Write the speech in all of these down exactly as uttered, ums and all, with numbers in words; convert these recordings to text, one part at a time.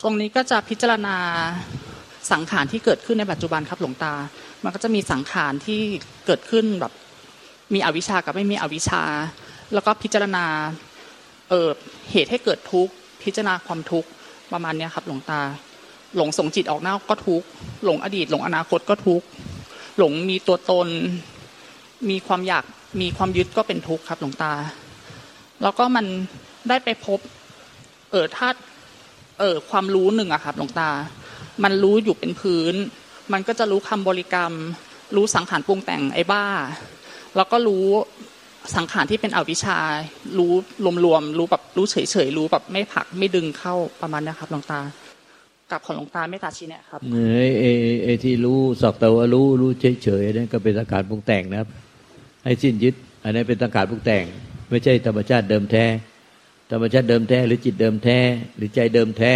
ตรงนี้ก็จะพิจารณาสังขารที่เกิดขึ้นในปัจจุบันครับหลวงตามันก็จะมีสังขารที่เกิดขึ้นแบบมีอวิชชากับไม่มีอวิชชาแล้วก็พิจารณาเออเหตุให้เกิดทุกข์พิจารณาความทุกข์ประมาณนี้ครับหลวงตาหลงส่งจิตออกนอกก็ทุกข์หลงอดีตหลงอนาคตก็ทุกข์หลงมีตัวตนมีความอยากมีความยึดก็เป็นทุกข์ครับหลวงตาแล้วก็มันได้ไปพบเออถ้าเออความรู้หนึ่งอะครับหลวงตามันรู้อยู่เป็นพื้นมันก็จะรู้คำบริกรรมรู้สังขารปรุงแต่งไอ้บ้าแล้วก็รู้สังขารที่เป็นอวิชชารู้รวมๆรู้แบบรู้เฉยๆรู้แบบไม่ผลักไม่ดึงเข้าประมาณนี้ครับหลวงตากับของหลวงตาเมตตาชี้แนะครับไอ้ไอ้ไอ้ที่รู้สักแต่ว่ารู้รู้เฉยๆนั่นก็เป็นสังขารปรุงแต่งนะครับให้สิ้นยึดอันนี้เป็นสังขารปรุงแต่งไม่ใช่ธรรมชาติเดิมแท้ธรรมชาติเดิมแท้หรือจิตเดิมแท้หรือใจเดิมแท้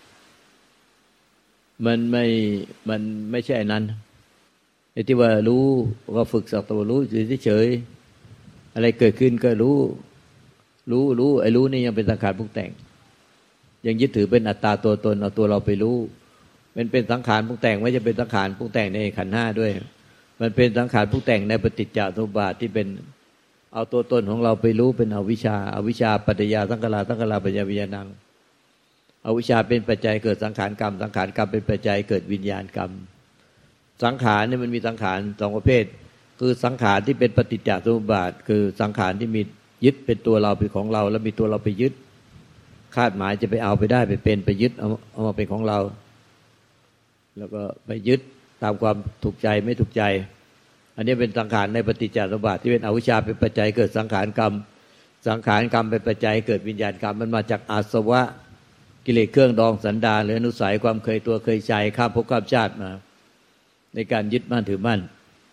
มันไม่มันไม่ใช่อันนั้นไอ้ที่ว่ารู้ก็ฝึกสักแต่ว่ารู้เฉยๆอะไรเกิดขึ้นก็รู้รู้รู้ไอ้รู้นี่ยังเป็นสังขารปรุงแต่งยังยึดถือเป็นอัตตาตัวตนเอาตัวเราไปรู้มันเป็นสังขารปรุงแต่งไม่ใช่เป็นสังขารปรุงแต่งในขันธ์ห้าด้วยมันเป็นสังขารปรุงแต่งในปฏิจจสมุปบาทที่เป็นเอาตัวตนของเราไปรู้เป็นอวิชชาอวิชชาปัจจยาสังขารสังขารปัจจยวิญญาณังอวิชชาเป็นปัจจัยเกิดสังขารกรรมสังขารกรรมเป็นปัจจัยเกิดวิญญาณกรรมสังขารนี่มันมีสังขารสองประเภทคือสังขารที่เป็นปฏิจจสมุปบาทคือสังขารที่มียึดเป็นตัวเราเป็นของเราแล้วมีตัวเราไปยึดคาดหมายจะไปเอาไปได้ไปเป็นไปยึดเอาเอามาเป็นของเราแล้วก็ไปยึดตามความถูกใจไม่ถูกใจอันนี้เป็นสังขารในปฏิจจสมุปบาทที่เป็นอวิชชาเป็นปัจจัยเกิดสังขารกรรมสังขารกรรมเป็นปัจจัยเกิดวิญญาณกรรมมันมาจากอาสวะกิเลสเครื่องดองสันดานหรืออนุสัยความเคยตัวเคยใจข้ามภพข้ามชาติมาในการยึดมั่นถือมั่น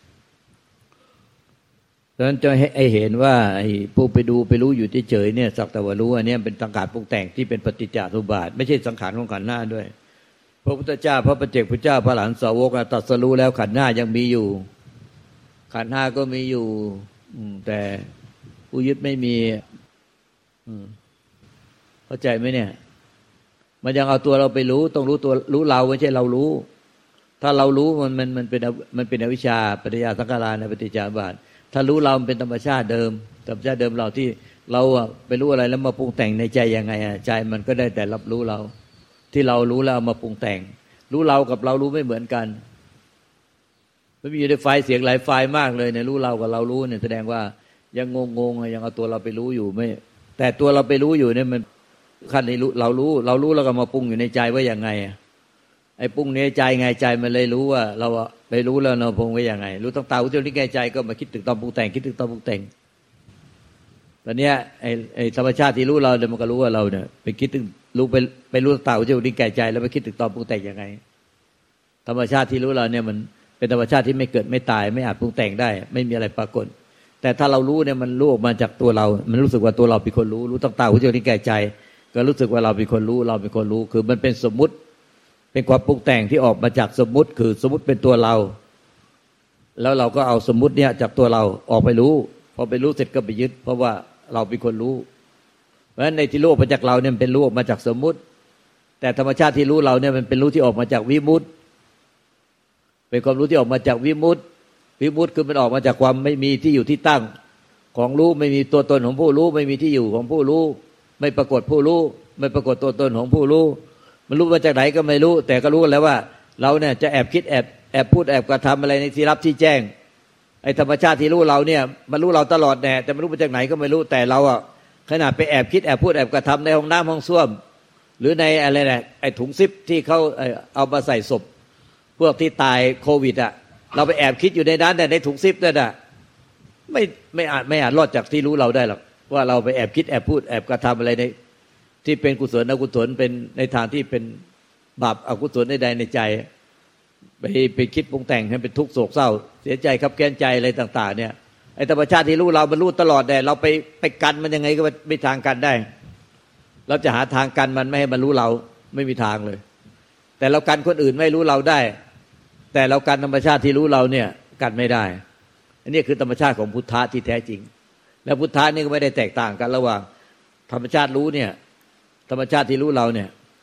ดังนั้นจะให้เห็นว่าไอ้ผู้ไปดูไปรู้อยู่เฉยๆเนี่ยสักแต่ว่ารู้อันนี้เป็นสังขารปรุงแต่งที่เป็นปฏิจจสมุปบาทไม่ใช่สังขารของขันธ์ห้าด้วยพระพุทธเจ้าพระปัจเจกพุทธเจ้าพระอรหันตสาวกตรัสรู้แล้วขันธ์ห้ายังมีอยู่ขันธ์ห้าก็มีอยู่แต่ผู้ยึดไม่มีเข้าใจไหมเนี่ยมันยังเอาตัวเราไปรู้ต้องรู้ตัวรู้เราไม่ใช่เรารู้ถ้าเรารู้มันมันมันเป็นมันเป็นอวิชชาปัจจยสังขารในปฏิจจสมุปบาทถ้ารู้เราเป็นธรรมชาติเดิมธรรมชาติเดิมเราที่เราไปรู้อะไรแล้วมาปรุงแต่งในใจยังไงอ่ะใจมันก็ได้แต่รับรู้เราที่เรารู้แล้วมาปรุงแต่งรู้เรากับเรารู้ไม่เหมือนกันมันมีอยู่ในไฟเสียงหลายไฟมากเลยในรู้เรากับเรารู้เนี่ยแสดงว่ายังงงๆยังเอาตัวเราไปรู้อยู่ไม่แต่ตัวเราไปรู้อยู่เนี่ยมันขั้นนี้รู้เรารู้เรารู้แล้วก็มาปรุงอยู่ในใจว่ายังไงไอ้ปรุงในใจไงใจมันเลยรู้ว่าเราไปรู้แล้วเราปรุงไว้ยังไงรู้ตั้งตาหูจมูกลิ้นกายใจก็มาคิดถึงตอนปรุงแต่งคิดถึงตอนปรุงแต่งตอนเนี้ยไอ้ไอ้ธรรมชาติที่รู้เราเนี่ยมันก็รู้ว่าเราเนี่ยไปคิดถึงรู้ไปไปรู้ตั้งตาหูจมูกลิ้นกายใจแล้วไปคิดถึงตอนปรุงแต่งยังไงธรรมชาติที่รู้เราเนี่ยมันเป็นธรรมชาติที่ไม่เกิดไม่ตายไม่อาจปรุงแต่งได้ไม่มีอะไรปรากฏแต่ถ้าเรารู้เนี่ยมันรู้ออกมาจากตัวเรามันรู้สึกว่าตัวเราเป็นคนรู้รู้ตั้งตาหูจมูกลิ้นกายใจก็รู้สึกว่าเราเป็นคนรู้เราเป็นคนรู้คือมันเป็นสมมุติเป็นความปรุงแต่งที่ออกมาจากสมมุติคือสมมุติเป็นตัวเราแล้วเราก็เอาสมมุติเนี่ยจากตัวเราออกไปรู้พอไปรู้เสร็จก็ไปยึดเพราะว่าเราเป็นคนรู้เพราะฉะนั้นในที่รู้มาจากเราเนี่ยเป็นรู้ออกมาจากสมมุติแต่ธรรมชาติที่รู้เราเนี่ยมันเป็นรู้ที่ออกมาจากวิมุตติเป็นความรู้ที่ออกมาจากวิมุตติวิมุตติคือมันออกมาจากความไม่มีที่อยู่ที่ตั้งของรู้ไม่มีตัวตนของผู้รู้ไม่มีที่อยู่ของผู้รู้ไม่ปรากฏผู้รู้ไม่ปรากฏตัวตนของผู้รู้มันรู้มาจากไหนก็ไม่รู้แต่ก็รู้กันแล้วว่าเราเนี่ยจะแอบคิดแอบแอบพูดแอบกระทำอะไรในที่รับที่แจ้งไอ้ธรรมชาติที่รู้เราเนี่ยมันรู้เราตลอดแน่แต่ไม่รู้มาจากไหนก็ไม่รู้แต่เราอ่ะขนาดไปแอบคิดแอบพูดแอบกระทำในห้องน้ำห้องส้วมหรือในอะไรนะไอ้ถุงซิปที่เขาเอามาใส่ศพพวกที่ตายโควิดอ่ะเราไปแอบคิดอยู่ในนั้นแต่ในถุงซิปนั่นน่ะไม่ไม่อาจไม่อาจรอดจากที่รู้เราได้หรอกว่าเราไปแอบคิดแอบพูดแอบกระทำอะไรในที่เป็นกุศลอกุศลเป็นในทางที่เป็นบาปอกุศลใดๆในใจไปไปคิดปรุงแต่งให้เป็นทุกข์โศกเศร้าเสียใจขับแค้นใจอะไรต่างๆเนี่ยไอ้ธรรมชาติที่รู้เรามันรู้ตลอดแต่เราไปไปกันมันยังไงก็ไม่ทางกันได้เราจะหาทางกันมันไม่ให้มันรู้เราไม่มีทางเลยแต่เรากันคนอื่นไม่รู้เราได้แต่เรากันธรรมชาติที่รู้เราเนี่ยกันไม่ได้อันนี้คือธรรมชาติของพุทธะที่แท้จริงแล้วพุทธะนี่ก็ไม่ได้แตกต่างกันระหว่างธรรมชาติรู้เนี่ยธรรมชาติที่รู้เราเนี่ย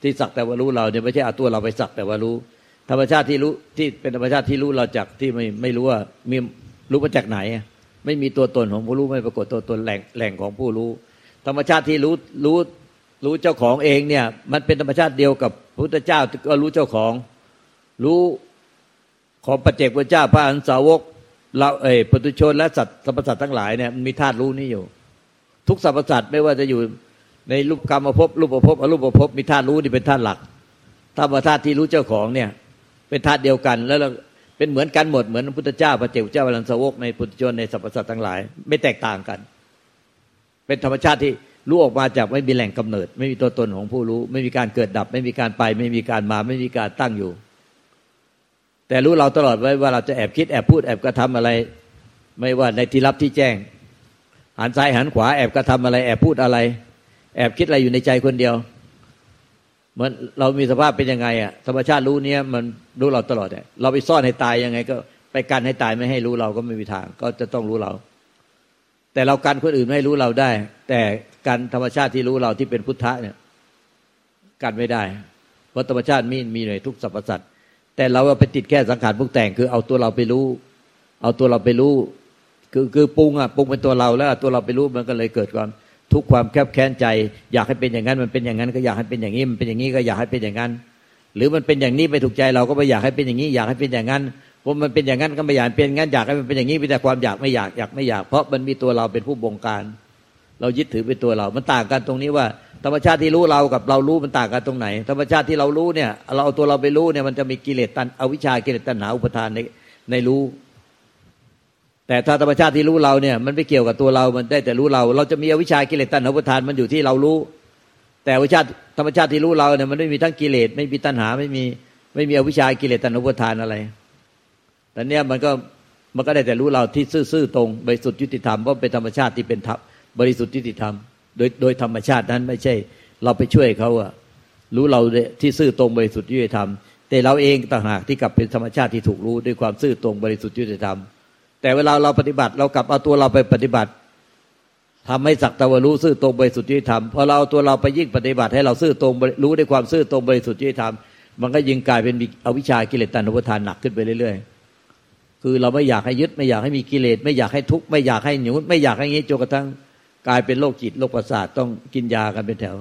ที่สักแต่ว่ารู้เราเนี่ยไม่ใช่เอาตัวเราไปสักแต่ว่ารู้ธรรมชาติที่รู้ที่เป็นธรรมชาติที่รู้เราจากที่ไม่ไม่รู้ว่ามีรู้มาจากไหนไม่มีตัวตนของผู้รู้ไม่ปรากฏตัวตนแหล่งแหล่งของผู้รู้ธรรมชาติที่รู้รู้รู้เจ้าของเองเนี่ยมันเป็นธรรมชาติเดียวกับพระพุทธเจ้าก็รู้เจ้าของรู้ของปัจเจกพุทธเจ้าพระอรหันตสาวกเราเอ่ยปุถุชนและสัตว์สรรพสัตว์ทั้งหลายเนี่ยมีธาตุรู้นี้อยู่ทุกสรรพสัตว์ไม่ว่าจะอยู่ในรูปกรรมภพรูปภพอรูปภพมีธาตุรู้นี่เป็นธาตุหลักธรรมธาตุที่รู้เจ้าของเนี่ยเป็นธาตุเดียวกันแล้วเป็นเหมือนกันหมดเหมือนพระพุทธเจ้าพระเจ้าเจ้าพระอรหันตสาวกในปุถุชนในสรรพสัตว์ทั้งหลายไม่แตกต่างกันเป็นธรรมชาติที่รู้ออกมาจากไม่มีแหล่งกำเนิดไม่มีตัวตนของผู้รู้ไม่มีการเกิดดับไม่มีการไปไม่มีการมาไม่มีการตั้งอยู่แต่รู้เราตลอดไว้ว่าเราจะแอบคิดแอบพูดแอบกระทำอะไรไม่ว่าในที่ลับที่แจ้งหันซ้ายหันขวาแอบกระทำอะไรแอบพูดอะไรแอบคิดอะไรอยู่ในใจคนเดียวเหมือนเรามีสภาพเป็นยังไงอ่ะธรรมชาติรู้เนี้ยมันรู้เราตลอดเนี่ยเราไปซ่อนให้ตายยังไงก็ไปกันให้ตายไม่ให้รู้เราก็ไม่มีทางก็จะต้องรู้เราแต่เรากันคนอื่นไม่ให้รู้เราได้แต่กันธรรมชาติที่รู้เราที่เป็นพุทธะเนี่ยกันไม่ได้เพราะธรรมชาติมีมีในทุกสรรพสัตว์แต่เราไปติดแค่สังขารปรุงแต่งคือเอาตัวเราไปรู้เอาตัวเราไปรู้คือคือปรุงอ่ะปรุงเป็นตัวเราแล้วตัวเราไปรู้มันก็เลยเกิดความทุกข์ความแคบแค้นใจอยากให้เป็นอย่างนั้นมันเป็นอย่างนั้นก็อยากให้เป็นอย่างนี้มันเป็นอย่างนี้ก็อยากให้เป็นอย่างนั้นหรือมันเป็นอย่างนี้ไม่ถูกใจเราก็ไม่อยากให้เป็นอย่างนี้อยากให้เป็นอย่างนั้นเพราะมันเป็นอย่างนั้นก็ไม่อยากเป็นอย่างนั้นอยากให้มันเป็นอย่างนี้มีแต่ความอยากไม่อยากอยากไม่อยากเพราะมันมีตัวเราเป็นผู้บงการเรายึดถือเป็นตัวเรามันต่างกันตรงนี้ว่าธรรมชาติที่รู้เรากับเรารู้มันต่างกันตรงไหนธรรมชาติที่เรารู้เนี่ยเราเอาตัวเราไปรู้เนี่ยมันจะมีกิเลสตัณอวิชชากิเลสตัณหาอุปทานในในรู้แต่ถ้าธรรมชาติที่รู้เราเนี่ยมันไม่เกี่ยวกับตัวเรามันได้แต่รู้เราเราจะมีอวิชชากิเลสตัณหาอุปทานมันอยู่ที่เรารู้แต่อวิชชาธรรมชาติที่รู้เราเนี่ยมันไม่มีทั้งกิเลสไม่มีตัณหาไม่มีไม่มีอวิชชากิเลสตัณหาอุปทานอะไรแต่เนี้ยมันก็มันก็ได้แต่รู้เราที่ซื่อๆตรงบริสุทธิ์ยุติธรรมเพราะเป็นธรรมชาติที่เป็นธรรมบริสุทธิ์ยุติธรรมโดยโดยธรรมชาตินั้นไม่ใช่เราไปช่วยเขาอะรู้เราที่ซื่อตรงบริสุทธิ์ยุติธรรมแต่เราเองต่างหากที่กลับเป็นธรรมชาติที่ถูกรู้ด้วยความซื่อตรงบริสุทธิ์ยุติธรรมแต่เวลาเราปฏิบัติเรากลับเอาตัวเราไปปฏิบัติทำให้สักแต่ว่ารู้ซื่อตรงบริสุทธิ์ยุติธรรมพอเราเอาตัวเราไปยิ่งปฏิบัติให้เราซื่อตรงรู้ด้วยความซื่อตรงบริสุทธิ์ยุติธรรมมันก็ยิ่งกลายเป็นอวิชชากิเลสตัณหาอุปทานหนักขึ้นไปเรื่อยๆคือเราไม่อยากให้ยึดไม่อยากให้มีกิเลสไม่อยากให้ทุกข์ไม่อยากให้หยุดไม่อยากให้งี้จนกระทั่งกลายเป็นโรคจิตโรคประสาทต้องกินยากันเป็นแถว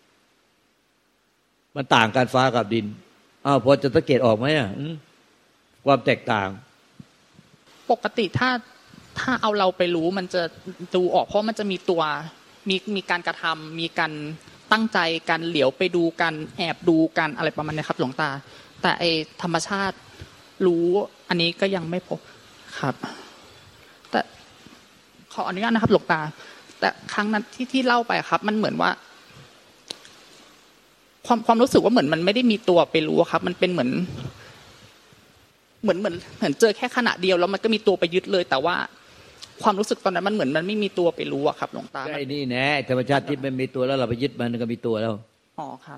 มันต่างกันฟ้ากับดินอ้าวพอจะสังเกตออกไหมอ่ะความแตกต่างปกติถ้าถ้าเอาเราไปรู้มันจะดูออกเพราะมันจะมีตัวมีมีการกระทำมีการตั้งใจการเหลียวไปดูกันแอบดูกันอะไรประมาณนี้ครับหลวงตาแต่ไอธรรมชาติรู้อันนี้ก็ยังไม่พบครับแต่ขออนุญาตนะครับหลวงตาแต่ครั้งนั้นที่ที่เล่าไปครับมันเหมือนว่าความความรู้สึกว่าเหมือนมันไม่ได้มีตัวไปรู้ครับมันเป็นเหมือนเหมือนเหมือนเหมือนเจอแค่ขณะเดียวแล้วมันก็มีตัวไปยึดเลยแต่ว่าความรู้สึกตอนนั้นมันเหมือนมันไม่มีตัวไปรู้อะครับหลวงตาไอ้นี่แน่ธรรมชาติที่มันมีตัวแล้วเราไปยึดมันก็มีตัวแล้วอ๋อครับ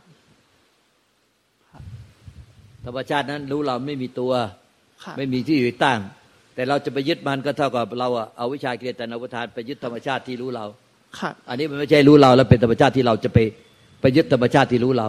ธรรมชาตินั้นรู้เราไม่มีตัวไม่มีที่อยู่ตั้งแต่เราจะไปยึดมันก็เท่ากับเราอะเอาวิชากิเลสตัณหาอุปทานไปยึดธรรมชาติที่รู้เราครับอันนี้มันไม่ใช่รู้เราแล้วเป็นธรรมชาติที่เราจะไปไปยึดธรรมชาติที่รู้เรา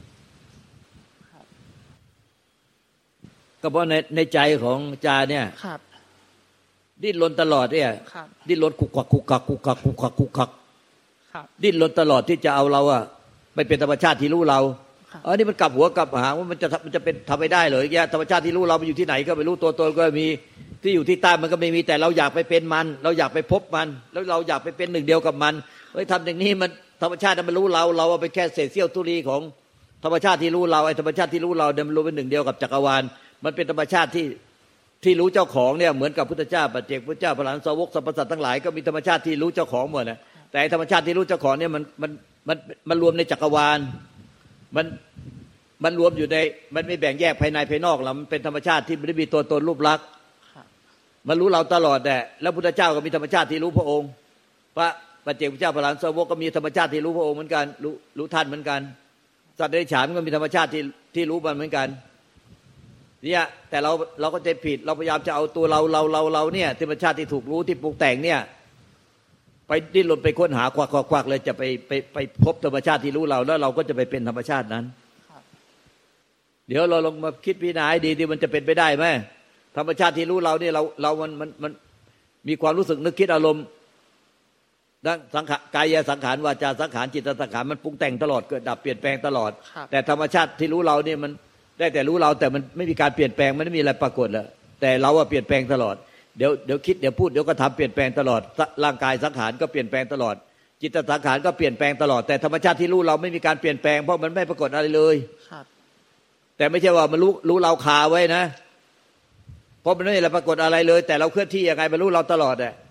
ก็เพราะในในใจของจาเนี่ยดิ้นรนตลอดเนี่ยดิ้นรนคุกคักคุกคักคุกคักคุกคักคุกคักดิ้นรนตลอดที่จะเอาเราอะไปเป็นธรรมชาติที่รู้เราอันนี้มันกลับหัวกลับหางว่ามันจะมันจะเป็นทำไม่ได้เลยแย่ธรรมชาติที่รู้เรามันอยู่ที่ไหนก็ไม่รู้ตัวตนก็มีที่อยู่ที่ใต้มันก็ไม่มีแต่เราอยากไปเป็นมันเราอยากไปพบมันแล้วเราอยากไปเป็นหนึ่งเดียวกับมันเฮ้ยทำอย่างนี้มันธรรมชาติมันรู้เราเราเอาไปแค่เศษเสี้ยวธุลีของธรรมชาติที่รู้เราไอ้ธรรมชาติที่รู้เราเดิมรู้เป็นหนึ่งเดียวกับจักรวาลมันเป็นธรรมชาติที่ที่รู้เจ้าของเนี่ยเหมือนกับพุทธเจ้าปัจเจกพุทธเจ้าพระอรหันตสาวกสรรพสัตว์ทั้งหลายก็มีธรรมชาติที่รู้เจ้าของหมดนะแต่ธรรมชาติที่รู้เจ้าของเนี่ยมันมันมันมันรวมในจักรวาลมันมันรวมอยู่ในมันไม่แบ่งแยกภายในภายนอกหรอกมันเป็นธรรมชาติที่ไม่ได้มีตัวตนรูปลักษณ์มันรู้เราตลอดแต่แล้วพุทธเจ้าก็มีธรรมชาติที่รู้พระองค์พระปัจเจกพุทธเจ้าพระอรหันตสาวกก็มีธรรมชาติที่รู้พระองค์เหมือนกันรู้รู้ท่านเหมือนกันสัตว์เดรัจฉานก็มีธรรมชาติที่ที่รู้มันเหมือนกันเนี่ยแต่เราเราก็จะผิดเราพยายามจะเอาตัวเราเราเราเราเนี่ยธรรมชาติที่ถูกรู้ที่ปรุงแต่งเนี่ยไปดิ้นรนไปค้นหาควักควักเลยจะไปไปไปพบธรรมชาติที่รู้เราแล้วเราก็จะไปเป็นธรรมชาตินั้นเดี๋ยวเราลองมาคิดพิจารณาให้ดีที่มันจะเป็นไปได้ไหมธรรมชาติที่รู้เราเนี่ยเราเรามันมันมันมีความรู้สึกนึกคิดอารมณ์ดังสังขารกายสังขารวาจาสังขารจิตสังขารมันปรุงแต่งตลอดเกิดดับเปลี่ยนแปลงตลอดแต่ธรรมชาติที่รู้เราเนี่ยมันได้แต่รู้เราแต่มันไม่มีการเปลี่ยนแปลงมันไม่มีอะไรปรากฏแล้วแต่เราอะเปลี่ยนแปลงตลอดเดี๋ยวเดี๋ยวคิดเดี๋ยวพูดเดี๋ยวก็ทำเปลี่ยนแปลงตลอดร่างกายสังขารก็เปลี่ยนแปลงตลอดจิตสังขารก็เปลี่ยนแปลงตลอดแต่ธรรมชาติที่รู้เราไม่มีการเปลี่ยนแปลงเพราะมันไม่ปรากฏอะไรเลยแต่ไม่ใช่ว่ามันรู้รู้เราคาไว้นะเพราะมันไม่ได้ปรากฏอะไรเลยแต่เราเคลื่อนที่ยังไงมันรู้เราตลอดอ่ะ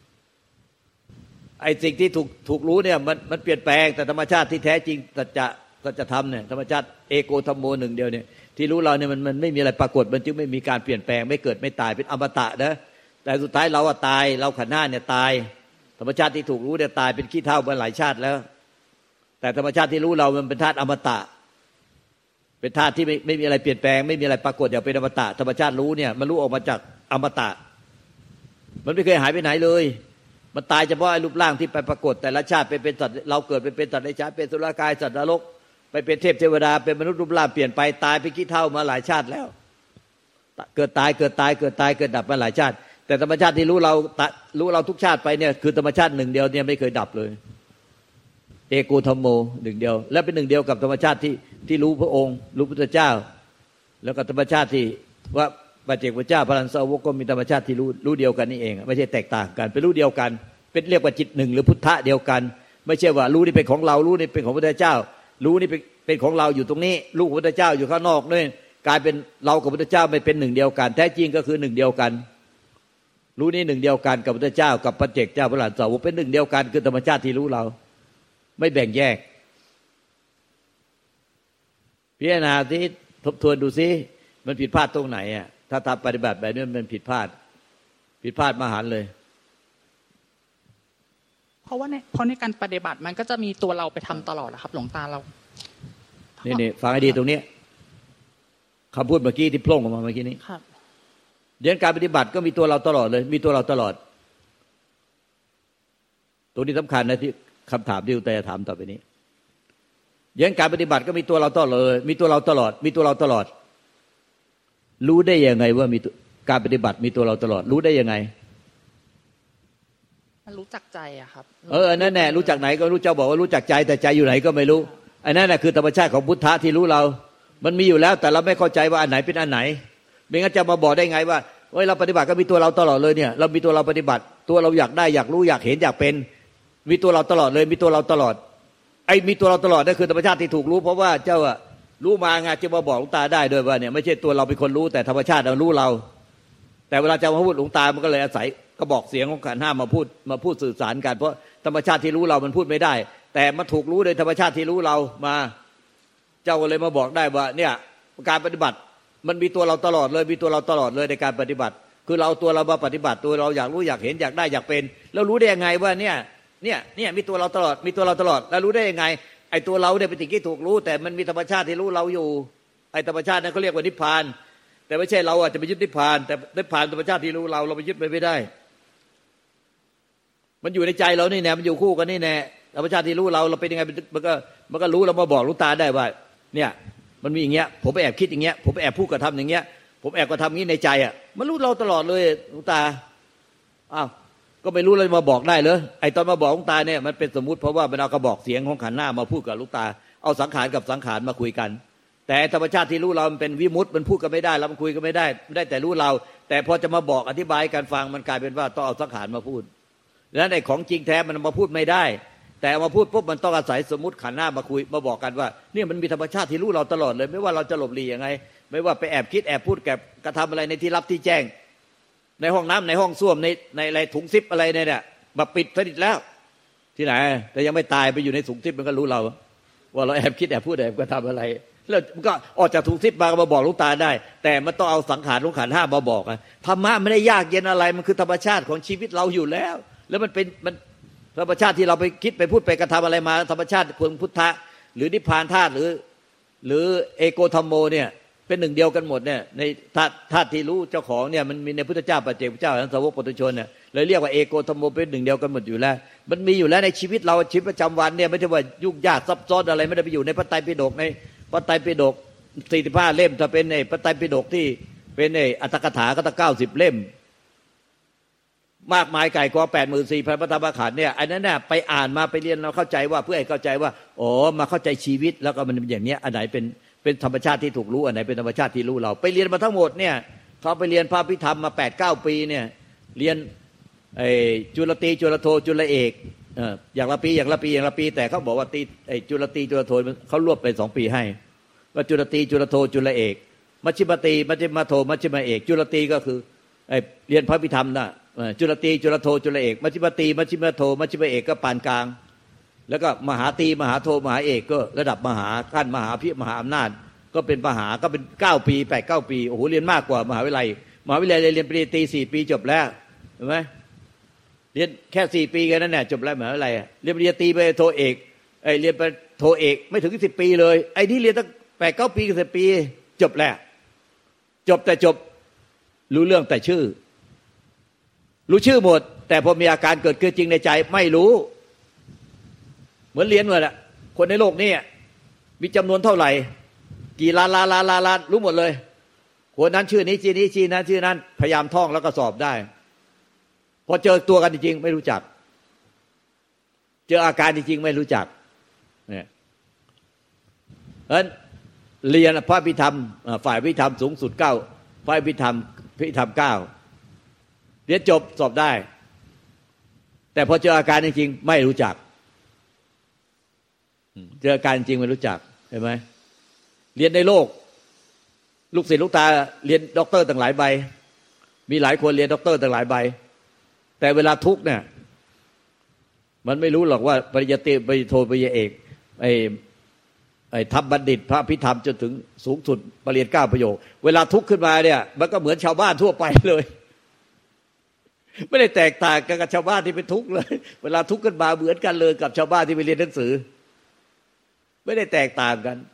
ไอ้สิ่งที่ถูกถูกรู้เนี่ยมันมันเปลี่ยนแปลงแต่ธรรมชาติที่แท้จริงสัจจะสัจธรรมเนี่ยธรรมชาติเอโกธรรมโมหนึ่งเดียวเนี่ยที่รู้เราเนี่ยมันมันไม่มีอะไรปรากฏมันจึงไม่มีการเปลี่ยนแปลงไม่เกิดไม่ตายเป็นอมตะนะแต่สุดท้ายเราอะตายเราขันธ์ห้าเนี่ยตายธรรมชาติที่ถูกรู้เนี่ยตายเป็นขี้เถ้ามาหลายชาติแล้วแต่ธรรมชาติที่รู้เรามันเป็นธาตุอมตะเป็นธาตุที่ไม่ไม่มีอะไรเปลี่ยนแปลงไม่มีอะไรปรากฏอย่างเป็นอมตะธรรมชาติรู้เนี่ยมันรู้ออกมาจากอมตะมันไม่เคยหายไปไหนเลยมันตายเฉพาะไอ้รูปร่างที่ไปปรากฏแต่ละชาติไปเป็นสัตว์เราเกิดไปเป็นสัตว์ในชาติเป็นสุรกายสัตว์นรกไปเป็นเทพเทวดาเป็นมนุษย์รูปร่างเปลี่ยนไปตายไปขี้เถ้ามาหลายชาติแล้วเกิดตายเกิดตายเกิดตายเกิดดับมาหลายชาติแต่ธรรมชาติที่รู้เรารู้เราทุกชาติไปเนี่ยคือธรรมชาติหนึ่งเดียวเนี่ยไม่เคยดับเลยเอโกธรรมโมหนึ่งเดียวและเป็นหนึ่งเดียวกับธรรมชาติที่ที่รู้พระองค์รู้พุทธเจ้าแล้วก็ธรรมชาติที่ว่าพระเจ้าพระเจ้าพระอรหันตสาวกก็มีธรรมชาติที่รู้รู้เดียวกันนี่เองไม่ใช่แตกต่างกันเป็นรู้เดียวกันเป็นเรียกว่าจิตหนึ่งหรือพุทธะเดียวกันไม่ใช่ว่ารู้นี่เป็นของเรารู้นี่เป็นของพระพุทธเจ้ารู้นี่เป็นเป็นของเราอยู่ตรงนี้รู้พระพุทธเจ้าอยู่ข้างนอกนี่กลายเป็นเรากับพระพุทธเจ้าไม่เป็นหนึ่งเดียวกันแท้จริงก็คือหนึ่งเดียวกันรู้นี่หนึ่งเดียวกันกับพระพุทธเจ้ากับพระเจ้าเจ้าพระอรหันตสาวกเป็นหนึ่งเดียวกันคือธรรมชาติที่รู้เราไม่แบ่งแยกพิจารณาที่ทบทวนดูซิมันผิดพลาดตรงไหนอ่ะถ้าทำปฏิบัติแบบนี้มันผิดพลาดผิดพลาดมหันต์เลยเพราะว่าในเพราะในการปฏิบัติมันก็จะมีตัวเราไปทำตลอดนะครับหลวงตาเรานี่นี่ฟังให้ดีตรงนี้คำพูดเมื่อกี้ที่โผล่ออกมาเมื่อกี้นี้ครับเรื่องการปฏิบัติก็มีตัวเราตลอดเลยมีตัวเราตลอดตัวนี้สำคัญนะที่คำถามที่อุตยถามต่อไปนี้เรื่องการปฏิบัติก็มีตัวเราตลอดเลยมีตัวเราตลอดมีตัวเราตลอดรู้ได้ยังไงว่ามีการปฏิบัติมีตัวเราตลอดรู้ได้ยังไงมันรู้จักใจอะครับเออนั่นแน่รู้จักไหนก็รู้เจ้าบอกว่ารู้จักใจแต่ใจอยู่ไหนก็ไม่รู้อันนั้นแหละคือธรรมชาติของพุทธะที่รู้เรามันมีอยู่แล้วแต่เราไม่เข้าใจว่าอันไหนเป็นอันไหนไม่งั้นจะมาบอกได้ไงว่าเฮ้ยเราปฏิบัติก็มีตัวเราตลอดเลยเนี่ยเรามีตัวเราปฏิบัติตัวเราอยากได้อยากรู้อยากเห็นอยากเป็นมีตัวเราตลอดเลยมีตัวเราตลอดไอ้มีตัวเราตลอดนั่นคือธรรมชาติที่ถูกรู้เพราะว่าเจ้าอะรู้มาไงจะมาบอกหลวงตาได้ด้วยว่าเนี่ยไม่ใช่ตัวเราเป็นคนรู้แต่ธรรมชาติเรารู้เราแต่เวลาจะมาพูดหลวงตามันก็เลยอาศัยกระบอกเสียงของขันธ์ห้ามาพูดมาพูดสื่อสารกันเพราะธรรมชาติที่รู้เรามันพูดไม่ได้แต่มันถูกรู้โดยธรรมชาติที่รู้เรามาเจ้าก็เลยมาบอกได้ว่าเนี่ยการปฏิบัติมันมีตัวเราตลอดเลยมีตัวเราตลอดเลยในการปฏิบัติคือเราตัวเรามาปฏิบัติตัวเราอยากรู้อยากเห็นอยากได้อยากเป็นแล้วรู้ได้ยังไงว่าเนี่ยเนี่ยเนี่ยมีตัวเราตลอดมีตัวเราตลอดแล้วรู้ได้ยังไงไอ้ตัวเราเนี่ยเป็นสิ่งที่ถูกรู้แต่มันมีธรรมชาติที่รู้เราอยู่ไอ้ธรรมชาตินั้นเขาเรียกว่านิพพานแต่ไม่ใช่เราอาจจะไปยึดนิพพานแต่นิพพานธรรมชาติที่รู้เราเราไปยึดมันไม่ได้มันอยู่ในใจเรานี่แน่มันอยู่คู่กันนี่แน่ธรรมชาติที่รู้เราเราเป็นยังไงมันก็มันก็รู้เรามาบอกหลวงตาได้ว่าเนี่ยมันมีอย่างเงี้ยผมไปแอบคิดอย่างเงี้ยผมไปแอบพูดกระทำอย่างเงี้ยผมแอบกระทำอย่างนี้ในใจอ่ะมันรู้เราตลอดเลยหลวงตาอ้าวก็ไม่รู้เลยมาบอกได้เลยไอ้ตอนมาบอกหลวงตาเนี่ยมันเป็นสมมุติเพราะว่ามันเอากระบอกเสียงของขันธ์หน้ามาพูดกับหลวงตาเอาสังขารกับสังขารมาคุยกันแต่ธรรมชาติที่รู้เรามันเป็นวิมุตติมันพูดกันไม่ได้แล้วมันคุยกันไม่ได้ได้แต่รู้เราแต่พอจะมาบอกอธิบายการฟังมันกลายเป็นว่าต้องเอาสังขารมาพูดดังนั้นไอ้ของจริงแท้มันมาพูดไม่ได้แต่มาพูดปุ๊บมันต้องอาศัยสมมุติขันธ์หน้ามาคุยมาบอกกันว่าเนี่ยมันมีธรรมชาติที่รู้เราตลอดเลยไม่ว่าเราจะหลบหลียังไงไม่ว่าไปแอบคิดแอบพูดแอบกระทำอะไรในที่ลับที่แจ้งในห้องน้ำในห้องส้วมในในอะไรถุงซิปอะไรเนี่ยมาปิดสนิทแล้วที่ไหนแต่ยังไม่ตายไปอยู่ในถุงซิปมันก็รู้เราว่าเราแอบคิดแอบพูดแอบกระทำอะไรแล้วมันก็ออกจากถุงซิปมาก็มาบอกหลวงตาได้แต่มันต้องเอาสังขารหลวงขันธ์ห้ามาบอกอะธรรมะไม่ได้ยากเย็นอะไรมันคือธรรมชาติของชีวิตเราอยู่แล้วแล้วมันเป็นมันธรรมชาติที่เราไปคิดไปพูดไปกระทำอะไรมาธรรมชาติของพุทธะหรือนิพพานธาตุหรือหรือเอโกธรรมโมเนี่ยเป็นหนึ่งเดียวกันหมดเนี่ยในธาตุธาตุที่รู้เจ้าของเนี่ยมันมีในพุทธเจ้าปัจเจกพุทธเจ้าทั้งสาวกปุถุชนเนี่ยเลยเรียกว่าเอโกธรรมโมเป็นหนึ่งเดียวกันหมดอยู่แล้วมันมีอยู่แล้วในชีวิตเราชีวิตประจำวันเนี่ยไม่ใช่ว่ายุ่งยากซับซ้อนอะไรไม่ได้ไปอยู่ในพระไตรปิฎกในพระไตรปิฎกสี่สิบห้าเล่มถ้าเป็นไอ้พระไตรปิฎกที่เป็นไอ้อัตถกถาก็ตั้งเก้าสิบเล่มมากมายไก่กองแปดหมื่นสี่พันพระธรรมขันธ์เนี่ยอันนั้นน่ะไปอ่านมาไปเรียนเราเข้าใจว่าเพื่อให้เข้าใจว่าอ๋อมาเข้าใจชีวิตแล้วก็มันอย่างเนี้ยอันไหนเป็นเป็นธรรมชาติที่ถูกรู้อันไหนเป็นธรรมชาติที่รู้เราไปเรียนมาทั้งหมดเนี่ยเขาไปเรียนพระพิธรรมมาแปดเก้าปีเนี่ยเรียนไอ้จุลตรีจุลโทจุลเอกเอ่ออย่างละปีอย่างละปีอย่างละปีแต่เขาบอกว่าตีไอ้จุลตรีจุลโทเขารวบไปสองปีให้ว่าจุลตรีจุลโทจุลเอกมัชฌิมตรีมัชฌิมโทมัชฌิมเอกจุลตรีก็คือไอ้เรียนพระพิธรรมน่ะจุลตรีจุลโทจุลเอกมัชฌิมตรีมัชฌิมโทมัชฌิมเอกก็ปานกลางแล้วก็มหาตรีมหาโทมหาเอกก็ระดับมหาขั้นมหาพิมหาอำนาจก็เป็นมหาก็เป็นเก้าปีแปดเก้าปีโอ้โหเรียนมากกว่ามหาวิทยาลัยมหาวิทยาลัยเรียนปริญญาตรีสี่ปีจบแล้วเห็นไหมเรียนแค่สี่ปีกันนั่นแหละจบแล้วมหาวิทยาลัยเรียนปริญญาตรีไปโทเอกไอเรียนไปโทเอกไม่ถึงสิบปีเลยไอ้ที่เรียนตั้งแปดเก้าปีกับสิบปีจบแล้วจบแต่จบรู้เรื่องแต่ชื่อรู้ชื่อหมดแต่พอมีอาการเกิดขึ้นจริงในใจไม่รู้เหมือนเรียนหมดแหละคนในโลกนี้มีจำนวนเท่าไหร่กี่ล้านล้านล้านล้านล้านรู้หมดเลยคนนั้นชื่อนี้ชื่อนี้ชื่อนั้นชื่อนั้นพยายามท่องแล้วก็สอบได้พอเจอตัวกันจริงๆไม่รู้จักเจออาการจริงๆไม่รู้จักเนี่ยเพราะฉะนั้นเรียนพระพิธรรมฝ่ายพิธรรมสูงสุดเก้าฝ่ายพิธรรมพิธรรมเก้าเรียนจบสอบได้แต่พอเจออาการจริงๆไม่รู้จักเจออาการจริงไม่รู้จักเห็นไหมเรียนในโลกลูกศิษย์ลูกตาเรียนด็อกเตอร์ตั้งหลายใบมีหลายคนเรียนด็อกเตอร์ตั้งหลายใบแต่เวลาทุกเนี่ยมันไม่รู้หรอกว่าปริญญาตรีปริญญาโทปริญญาเอกไอ้ไอ้ทัพบัณฑิตพระพิธรรมจนถึงสูงสุดปริญญาเก้าประโยคเวลาทุกขึ้นมาเนี่ยมันก็เหมือนชาวบ้านทั่วไปเลยไม่ได้แตกต่างกันกับชาวบ้านที่เป็นทุกข์เลยเวลาทุกข์ขึ้นมาเหมือนกันเลยกับชาวบ้านที่ไปเรียนหนังสือไม่ได้แตกต่างกัน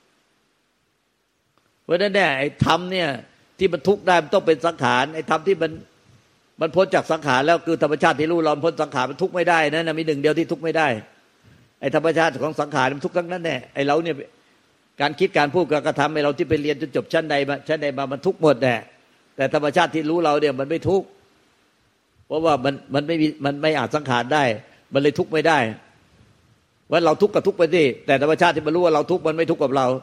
เพราะฉะนั้นเนี่ยไอ้ธรรมเนี่ยที่มันทุกข์ได้มันต้องเป็นสังขารไอ้ธรรมที่มันมันพ้นจากสังขารแล้วคือธรรมชาติที่รู้เราพ้นสังขารมันทุกข์ไม่ได้นั่นนะมีหนึ่งเดียวที่ทุกข์ไม่ได้ไอ้ธรรมชาติของสังขารมันทุกข์ทั้งนั้นแน่ไอ้เราเนี่ยการคิดการพูดการกระทำไอ้เราที่ไปเรียนจนจบชั้นใดมาชั้นใดมามันทุกข์หมดแน่แต่ธรรมชาติที่รู้เราเนี่ยมันไม่ทุกข์เพราะว่ามันมันไม่มีมันไม่อาจสังขารได้มันเลยทุกข์ไม่ได้ว่าเราทุกข์กับทุกข์ไปดิแต่ธรรมชาติที่มันรู้ว่าเราทุกข์มันไม่ทุกข์กับเรา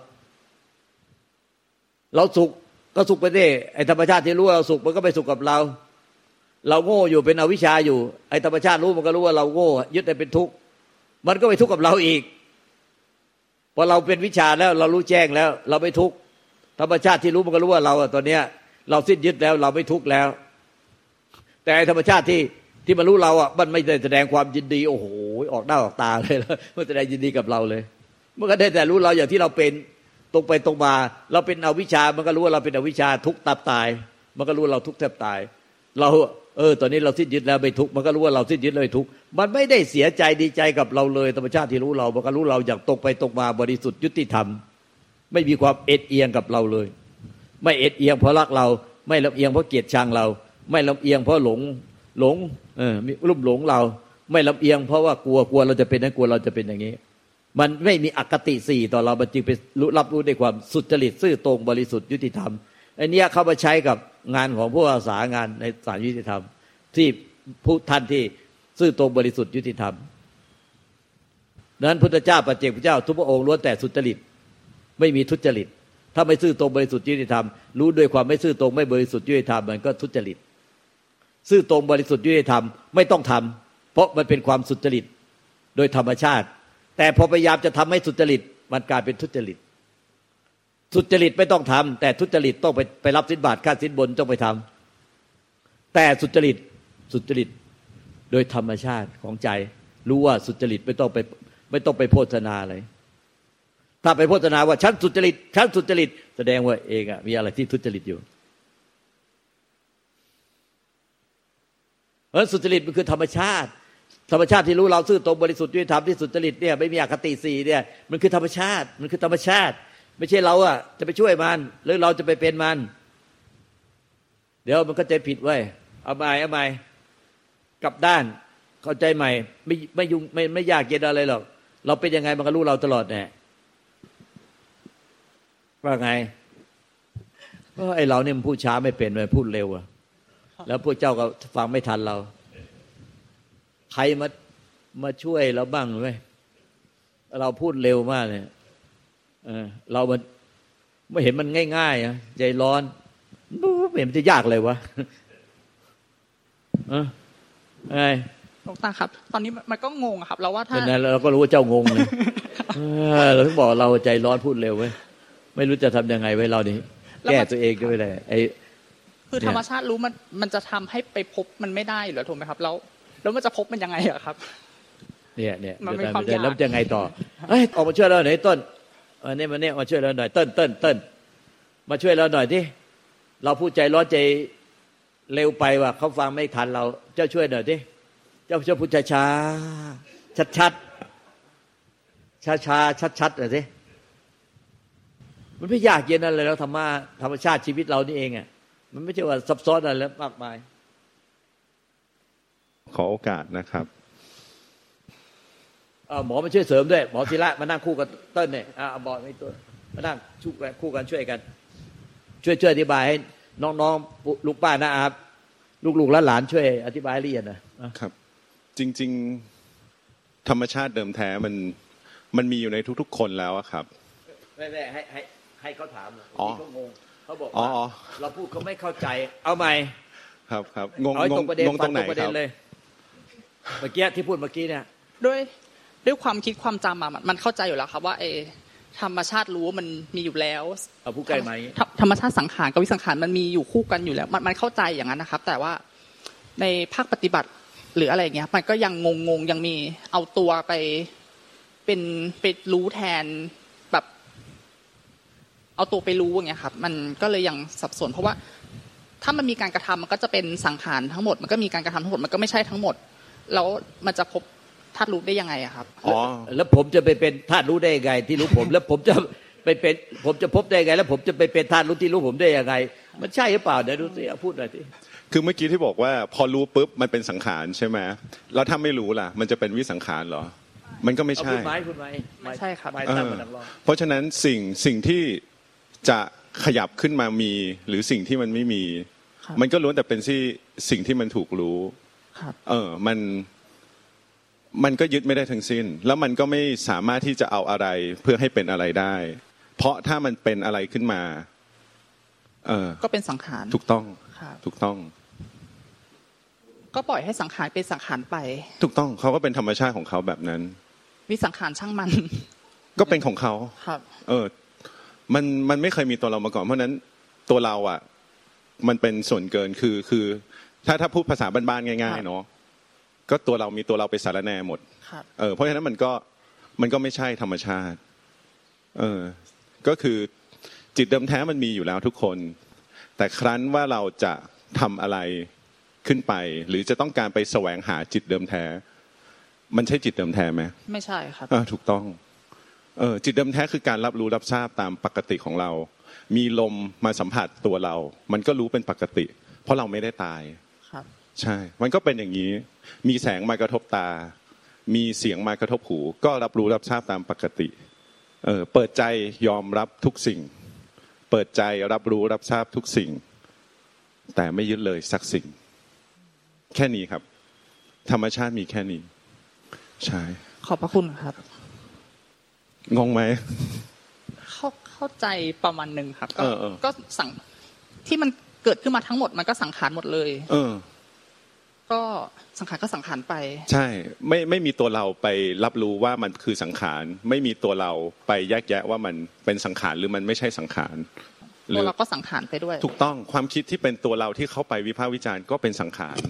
เราสุขก็สุขไปดิไอ้ธรรมชาติที่รู้ว่าเราสุขมันก็ไม่สุขกับเราเราโง่อยู่เป็นอวิชชาอยู่ไอ้ธรรมชาติรู้มันก็รู้ว่าเราโง่ยึดแต่เป็นทุกข์มันก็ไปทุกข์กับเราอีกพอเราเป็นวิชาแล้วเรารู้แจ้งแล้วเราไม่ทุกข์ธรรมชาติที่รู้มันก็รู้ว่าเราตอนเนี้ยเราสิ้นยึดแล้วเราไม่ทุกข์แล้วแต่ธรรมชาติที่ที่มันรู้เราอ่ะมันไม่ได้แสดงความยินดีโอ้โหออกหน้าออกตาเลยแล้วมันแสดงยินดีกับเราเลยมันก็ได้แต่รู้เราอย่างที่เราเป็นตรงไปตรงมาเราเป็นอวิชชามันก็รู้ว่าเราเป็นอวิชชาทุกข์ตับตายมันก็รู้ว่าเราทุกข์แทบตายเราเออตอนนี้เราสิ้นยึดแล้วไม่ทุกข์มันก็รู้ว่าเราสิ้นยึดเลยทุกข์มันไม่ได้เสียใจดีใจกับเราเลยธรรมชาติที่รู้เรามันก็รู้เราอย่างตรงไปตรงมาบริสุทธิ์ยุติธรรมไม่มีความเอ็ดเอียงกับเราเลยไม่เอ็ดเอียงเพราะรักเราไม่ลำเอียงเพราะเกลียดชังเราไม่ลำเอียงเพราะหลงหลงเออมีรุ่มหลงเราไม่ลำเอียงเพราะว่ากลัวกลัวเราจะเป็นนั้นกลัวเราจะเป็นอย่างนี้มันไม่มีอคติสี่ต่อเรามันจึงไปรับรู้ในความสุจริตซื่อตรงบริสุทธิ์ยุติธรรมไอ้นี้เข้ามาใช้กับงานของผู้อาสางานในศาลยุติธรรมที่ผู้ท่านที่ซื่อตรงบริสุทธิ์ยุติธรรมนั้นพุทธเจ้าปัจเจกพุทธเจ้าทุกพระองค์ล้วนแต่สุจริตไม่มีทุจริตถ้าไม่ซื่อตรงบริสุทธิ์ยุติธรรมรู้ด้วยความไม่ซื่อตรงไม่บริสุทธิ์ยุติธรรมมันก็ทุจริตซื่อตรงบริสุทธิ์ยุติธรรมไม่ต้องทำเพราะมันเป็นความสุจริตโดยธรรมชาติแต่พอพยายามจะทำให้สุจริตมันกลายเป็นทุจริตสุจริตไม่ต้องทำแต่ทุจริตต้องไปไปรับสินบาทค่าสินบนต้องไปทำแต่สุจริตสุจริตโดยธรรมชาติของใจรู้ว่าสุจริตไม่ต้องไปไม่ต้องไปโฆษณาอะไรถ้าไปโฆษณาว่าฉันสุจริตฉันสุจริตแสดงว่าเองอะมีอะไรที่ทุจริตอยู่เพราะสุจริตมันคือธรรมชาติธรรมชาติที่รู้เราซื่อตรงบริสุทธิ์ยุติธรรมที่สุจริตเนี่ยไม่มีอคติสี่เนี่ยมันคือธรรมชาติมันคือธรรมชาติไม่ใช่เราอะจะไปช่วยมันหรือเราจะไปเป็นมันเดี๋ยวมันก็ใจผิดไว้เอาใหม่เอาใหม่กลับด้านเข้าใจใหม่ไม่ไม่ยุ่งไม่ไม่ยากเย็นอะไรหรอกเราเป็นยังไงมันก็รู้เราตลอดแน่ว่าไงก็ไอเราเนี่ยมันพูดช้าไม่เป็นเลยพูดเร็วอะแล้วพวกเจ้าก็ฟังไม่ทันเราใครมามาช่วยเราบ้างไหมเราพูดเร็วมากเลยเออเรามันไม่เห็นมันง่ายๆอ่ะใจร้อนไม่เห็นมันจะยากเลยวะเออไงหลวงตาครับตอนนี้มันก็งงครับเราว่าถ้าเราก็รู้ว่าเจ้างงเลยเราถึงบอกเราใจร้อนพูดเร็วเว้ยไม่รู้จะทำยังไงไว้เรานี่แก้ตัวเองก็ไม่ได้ไอ้คือธรรมชาติรู้มันมันจะทำให้ไปพบมันไม่ได้หรือถูกไหมครับแล้วแล้วมันจะพบมันยังไงอะครับเนี่ยเนี่ยมันมีความยากแล้วจะไงต่อเอ้ยออกมาช่วยเราหน่อยต้นอันนี้มาเนี่ยมาช่วยเราหน่อยต้นต้นต้นมาช่วยเราหน่อยที่เราพูดใจร้อนใจเร็วไปว่ะเขาฟังไม่ทันเราเจ้าช่วยหน่อยที่เจ้าช่วยพูดช้าชัดชัดช้าช้าชัดชัดหน่อยที่มันไม่ยากเย็นอะไรแล้วธรรมะธรรมชาติชีวิตเรานี่เองอ่ะมันไม่ใช่ว่าซับซ้อนอะไรแล้วมากมายขอโอกาสนะครับหมอมาช่วยเสริมด้วยหมอธีระมานั่งคู่กับเติ้ลเนี่ยอ่าบอกไม่ตัวมานั่งชุกคู่กันช่วยกันช่วยช่วยอธิบายให้น้องๆลูกป้านะอาบลูกๆและหลานช่วยอธิบายละเอียดนะครับจริงๆธรรมชาติเดิมแท้มันมันมีอยู่ในทุกๆคนแล้วครับไม่ไม่ให้ให้ให้เขาถามอ๋อเขางงเขาบอกว่าเราพูดเขาไม่เข้าใจเอาใหม่ครับครับงงงงตรงไหนครับเมื่อกี้ที่พูดเมื่อกี้เนี่ยด้วยด้วยความคิดความจำอะมันเข้าใจอยู่แล้วครับว่าเอธรรมชาติรู้มันมีอยู่แล้วเอาผู้ใกล้ไหมธรรมชาติสังขารกับวิสังขารมันมีอยู่คู่กันอยู่แล้วมันมันเข้าใจอย่างนั้นนะครับแต่ว่าในภาคปฏิบัติหรืออะไรอย่างเงี้ยมันก็ยังงงๆยังมีเอาตัวไปเป็นไปรู้แทนแบบเอาตัวไปรู้อย่างเงี้ยครับมันก็เลยยังสับสนเพราะว่าถ้ามันมีการกระทำมันก็จะเป็นสังขารทั้งหมดมันก็มีการกระทำทั้งหมดมันก็ไม่ใช่ทั้งหมดแล้วมันจะพบธาตุรู้ได้ยังไงอะครับอ๋อแล้วผมจะไปเป็นธาตุรู้ได้ยังไงที่รู้ผมแล้วผมจะไปเป็นผมจะพบได้ยังไงแล้วผมจะไปเป็นธาตุรู้ที่รู้ผมได้ยังไงมันใช่หรือเปล่าเดี๋ยวดูสิพูดหน่อยสิคือเมื่อกี้ที่บอกว่าพอรู้ปุ๊บมันเป็นสังขารใช่ไหมแล้วถ้าไม่รู้ล่ะมันจะเป็นวิสังขารเหรอมันก็ไม่ใช่คุณไม้คุณไม้ไม่ใช่ครับเพราะฉะนั้นสิ่งสิ่งที่จะขยับขึ้นมามีหรือสิ่งที่มันไม่มีมันก็ล้วนแต่เป็นที่สิ่งที่มันถูกรู้เออมันมันก็ยึดไม่ได้ทั้งสิ้นแล้วมันก็ไม่สามารถที่จะเอาอะไรเพื่อให้เป็นอะไรได้เพราะถ้ามันเป็นอะไรขึ้นมาเออก็เป็นสังขารถูกต้องถูกต้องก็ปล่อยให้สังขารเป็นสังขารไปถูกต้องเขาก็เป็นธรรมชาติของเขาแบบนั้นวิสังขารช่างมันก็เป็นของเขาครับเออมันมันไม่เคยมีตัวเรามาก่อนเพราะนั้นตัวเราอ่ะมันเป็นส่วนเกินคือคือถ้าถ้าพูดภาษาบ้านๆง่ายๆเนาะก็ตัวเรามีตัวเราไปสารแหน่หมดเออเพราะฉะนั้นมันก็มันก็ไม่ใช่ธรรมชาติเออก็คือจิตเดิมแท้มันมีอยู่แล้วทุกคนแต่ครั้นว่าเราจะทำอะไรขึ้นไปหรือจะต้องการไปแสวงหาจิตเดิมแท้มันใช่จิตเดิมแท้ไหมไม่ใช่ครับเออถูกต้องเออจิตเดิมแท้คือการรับรู้รับทราบตามปกติของเรามีลมมาสัมผัสตัวเรามันก็รู้เป็นปกติเพราะเราไม่ได้ตายครับใช่มันก็เป็นอย่างนี้มีแสงมากระทบตามีเสียงมากระทบหูก็รับรู้รับทราบตามปกติเออเปิดใจยอมรับทุกสิ่งเปิดใจรับรู้รับทราบทุกสิ่งแต่ไม่ยึดเลยสักสิ่งแค่นี้ครับธรรมชาติมีแค่นี้ใช่ขอบพระคุณครับงงไหมเข้าเข้าใจประมาณนึงครับก็ก็สั่งที่มันเกิดขึ้นมาทั้งหมดมันก็สังขารหมดเลยเออก็สังขารก็สังขารไปใช่ไม่ไม่มีตัวเราไปรับรู้ว่ามันคือสังขารไม่มีตัวเราไปแยกแยะว่ามันเป็นสังขารหรือมันไม่ใช่สังขารตัวเราก็สังขารไปด้วยถูกต้องความคิดที่เป็นตัวเราที่เข้าไปวิพากษ์วิจารณ์ก็เป็นสังขาร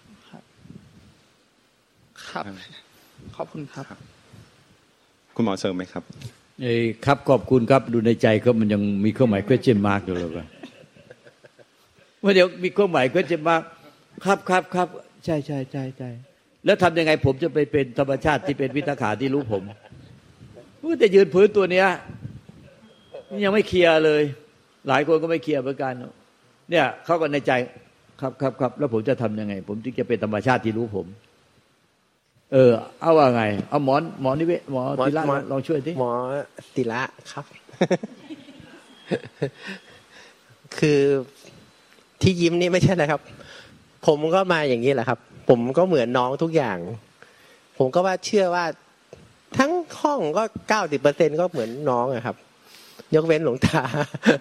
ครับขอบคุณครับคุณหมอเสริมไหมครับเอ้ครับขอบคุณครับดูในใจก็มันยังมีเครื่องหมาย question mark อยู่เลยเมื่อเดี๋ยวมีเครื่องหมาย question mark ครับครับครับใช่ใช่ใช่ใช่แล้วทำยังไงผมจะไปเป็นธรรมชาติที่เป็นวิตขาที่รู้ผมก็จะยืนพื้นตัวเนี้ยยังไม่เคลียร์เลยหลายคนก็ไม่เคลียร์เหมือนกันเนี่ยเขาก็ในใจครับครับครับแล้วผมจะทำยังไงผมจึงจะเป็นธรรมชาติที่รู้ผมเออเอาว่าไงเอาหมอหมอนิเวศหมอศิระลองช่วยดิหมอศิระครับคือที่ยิ้มนี่ไม่ใช่อะไรครับ ผมก็มาอย่างนี้แหละครับผมก็เหมือนน้องทุกอย่างผมก็ว่าเชื่อว่าทั้งห้องก็เก้าสิบเปอร์เซ็นต์ก็เหมือนน้องอะครับยกเว้นหลวงตา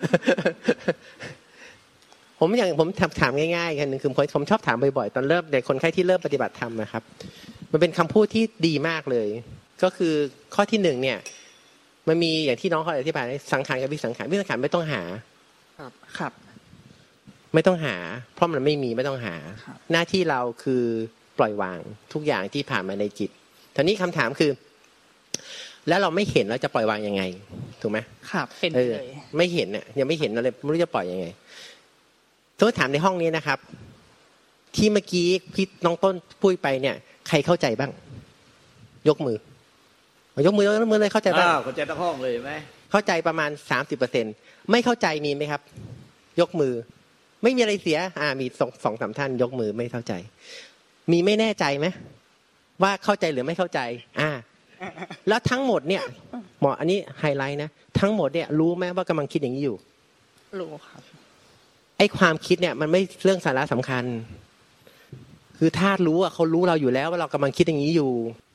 ผมอย่างผมถามง่ายๆกันนึงคือผมชอบถามบ่อยๆตอนเริ่มเด็กคนไข้ที่เริ่มปฏิบัติธรรมนะครับมันเป็นคำพูดที่ดีมากเลยก็คือข้อที่หนึ่งเนี่ยมันมีอย่างที่น้องเขาอธิบายสังขารกับวิสังขารวิสังขารไม่ต้องหาครับครับไม่ต้องหาเพราะมันไม่มีไม่ต้องหาหน้าที่เราคือปล่อยวางทุกอย่างที่ผ่านมาในจิตทีนี้คำถามคือแล้วเราไม่เห็นเราจะปล่อยวางยังไงถูกไหมครับเป็นเลยไม่เห็นเนี่ยยังไม่เห็นเราเลยไม่รู้จะปล่อยยังไงถ้าถามในห้องนี้นะครับที่เมื่อกี้พี่น้องต้นพูดไปเนี่ยใครเข้าใจบ้างยกมือยกมือยกมือเลยเข้าใจบ้างเข้าใจทั้งห้องเลยไหมเข้าใจประมาณ สามสิบเปอร์เซ็นต์ ไม่เข้าใจมีไหมครับยกมือไม่มีอะไรเสียอ่ามีสองสองสามท่านยกมือไม่เข้าใจมีไม่แน่ใจไหมว่าเข้าใจหรือไม่เข้าใจอ่าแล้วทั้งหมดเนี่ยหมออันนี้ไฮไลท์นะทั้งหมดเนี่ยรู้ไหมว่ากำลังคิดอย่างนี้อยู่รู้ครับไอ้ความคิดเนี่ยมันไม่เรื่องสาระสำคัญคือธาตุรู้อ่ะเขารู้เราอยู่แล้วว่าเรากำลังคิดอย่างนี้อยู่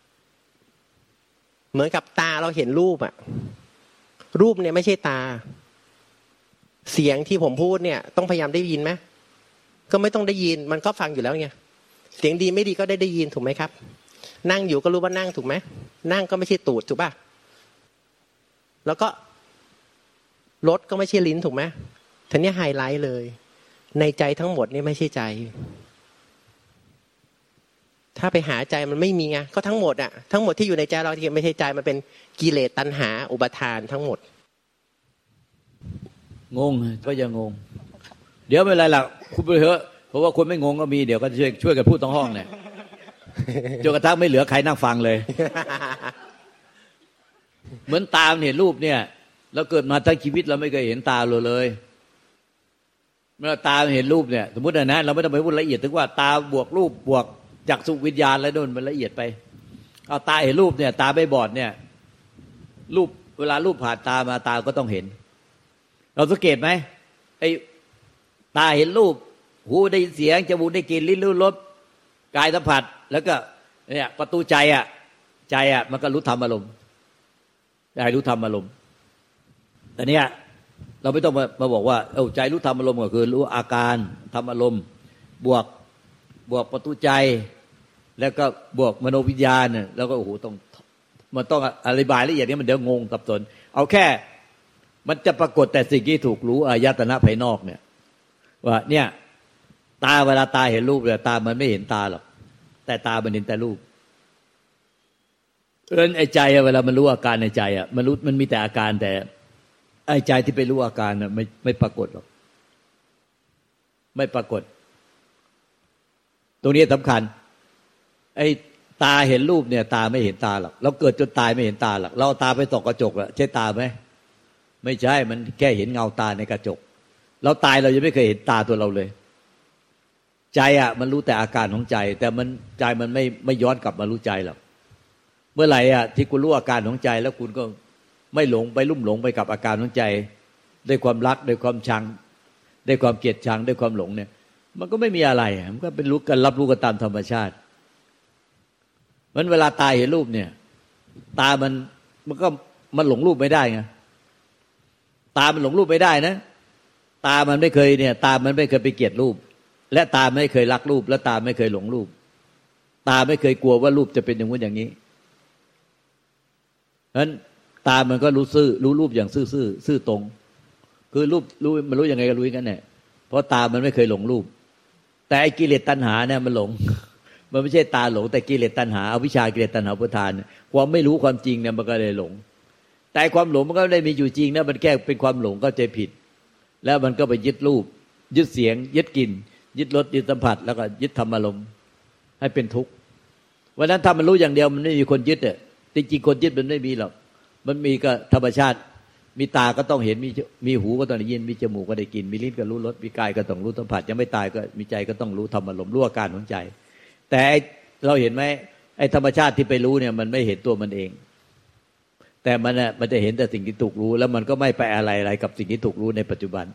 เหมือนกับตาเราเห็นรูปอ่ะรูปเนี่ยไม่ใช่ตาเสียงที่ผมพูดเนี่ยต้องพยายามได้ยินไหมก็ไม่ต้องได้ยินมันก็ฟังอยู่แล้วไงเสียงดีไม่ดีก็ได้ได้ยินถูกไหมครับนั่งอยู่ก็รู้ว่านั่งถูกไหมนั่งก็ไม่ใช่ตูดถูกป่ะแล้วก็รถก็ไม่ใช่ลิ้นถูกไหมทีนี้ไฮไลท์เลยในใจทั้งหมดนี่ไม่ใช่ใจถ้าไปหาใจมันไม่มีไงก็ทั้งหมดอ่ะทั้งหมดที่อยู่ในใจเราที่ไม่ใช่ใจมันเป็นกิเลสตัณหาอุปาทานทั้งหมดงงก็ยังงงเดี๋ยวไม่เป็นไรหรอกคุณไปเถอะเพราะว่าคนไม่งงก็มีเดี๋ยวก็ช่วยช่วยกันพูดทั้งห้องเนี่ยจนกระทั่งไม่เหลือใครนั่งฟังเลยเหมือนตาเนี่ยรูปเนี่ยเราเกิดมาทั้งชีวิตเราไม่เคยเห็นตาเลยเลยเมื่อตาเห็นรูปเนี่ยสมมตินะเราไม่ต้องไปพูดละเอียดถึงว่าตาบวกรูปบวกจักษุวิญญาณอะไรโน่นมันละเอียดไปเอาตาเห็นรูปเนี่ยตาไม่บอดเนี่ยรูปเวลารูปผ่านตามาตาก็ต้องเห็นเราสังเกตไหมไอ้ตาเห็นรูปหูได้ยินเสียงจมูกได้กลิ่นลิ้นรู้รสกายสัมผัสแล้วก็เนี่ยประตูใจอ่ะใจอ่ะมันก็รู้ธรรมอารมณ์ใจรู้ธรรมอารมณ์แต่เนี้ยเราไม่ต้องมามาบอกว่าเออใจรู้ธรรมอารมณ์ก็คือรู้อาการธรรมอารมณ์บวกบวกประตูใจแล้วก็บวกมโนวิญญาณเนี่ยแล้วก็โอ้โหต้องมันต้องอธิบายละเอียดนี้มันเดี๋ยวงงสับสนเอาแค่มันจะปรากฏแต่สิ่งที่ถูกรู้อายตนะภายนอกเนี่ยว่าเนี่ยตาเวลาตาเห็นรูปเนี่ยตามันไม่เห็นตาหรอกแต่ตามันเห็นแต่รูปเอิ้นไอ้ใจเวลามันรู้อาการในใจอ่ะมันรู้มันมีแต่อาการแต่ไอ้ใจที่ไปรู้อาการน่ะไม่ไม่ปรากฏหรอกไม่ปรากฏตรงนี้สำคัญไอ้ตาเห็นรูปเนี่ยตาไม่เห็นตาหรอกเราเกิดจนตายไม่เห็นตาหรอกเราตาไปส่องกระจกอะใช่ตาไหมไม่ใช่มันแค่เห็นเงาตาในกระจกเราตายเรายังไม่เคยเห็นตาตัวเราเลยใจอ่ะมันรู้แต่อาการของใจแต่มันใจมันไม่ไม่ย้อนกลับมารู้ใจหรอกเมื่อไหร่อ่ะที่คุณรู้อาการของใจแล้วคุณก็ไม่หลงไปลุ่มหลงไปกับอาการของใจด้วยความรักด้วยความชังด้วยความเกลียดชังด้วยความหลงเนี่ยมันก็ไม่มีอะไรมันก็เป็นรู้กันรับรู้กันตามธรรมชาติมันเวลาตาเห็นรูปเนี่ยตามันมันก็มันหลงรูปไม่ได้ไงตามันหลงรูปไม่ได้นะตามันไม่เคยเนี่ยตามันไม่เคยไปเกลียดรูปและตาไม่เคยรักรูปและตาไม่เคยหลงรูปตาไม่เคยกลัวว่ารูปจะเป็นอย่างนู้นอย่างนี้ฉะนั้นตามันก็รู้ซื่อรู้รูปอย่างซื่อซื่อซื่อตรงคือรูปรู้มันรู้ยังไงก็รู้กันแน่เพราะตามันไม่เคยหลงรูปแต่ไอ้กิเลสตัณหาเนี่ยมันหลงมันไม่ใช่ตาหลงแต่กิเลสตัณหาอวิชชากิเลสตัณหาอุปาทานความไม่รู้ความจริงเนี่ยมันก็เลยหลงแต่ความหลงมันก็ไม่ได้มีอยู่จริงนะมันแค่เป็นความหลงเข้าใจผิดแล้วมันก็ไปยึดรูปยึดเสียงยึดกลิ่นยึดรสยึดสัมผัสแล้วก็ยึดธรรมอารมณ์ให้เป็นทุกข์วันนั้นถ้ามันรู้อย่างเดียวมันไม่มีคนยึดอ่ะจริงๆคนยึดมันไม่มีหรอกมันมีก็ธรรมชาติมีตาก็ต้องเห็นมีมีหูก็ต้องได้ยินมีจมูกก็ได้กลิ่นมีลิ้นก็รู้รสมีกายก็ต้องรู้สัมผัสยังไม่ตายก็มีใจก็ต้องรู้ธรรมอารมณ์รู้อาการของใจแต่เราเห็นไหมไอ้ธรรมชาติที่ไปรู้เนี่ยมันไม่เห็นตัวมันเองแต่มันน่ะมันจะเห็นแต่สิ่งที่ถูกรู้แล้วมันก็ไม่ไปอะไรอะไรกับสิ่งที่ถูกรู้ในปัจจุบัน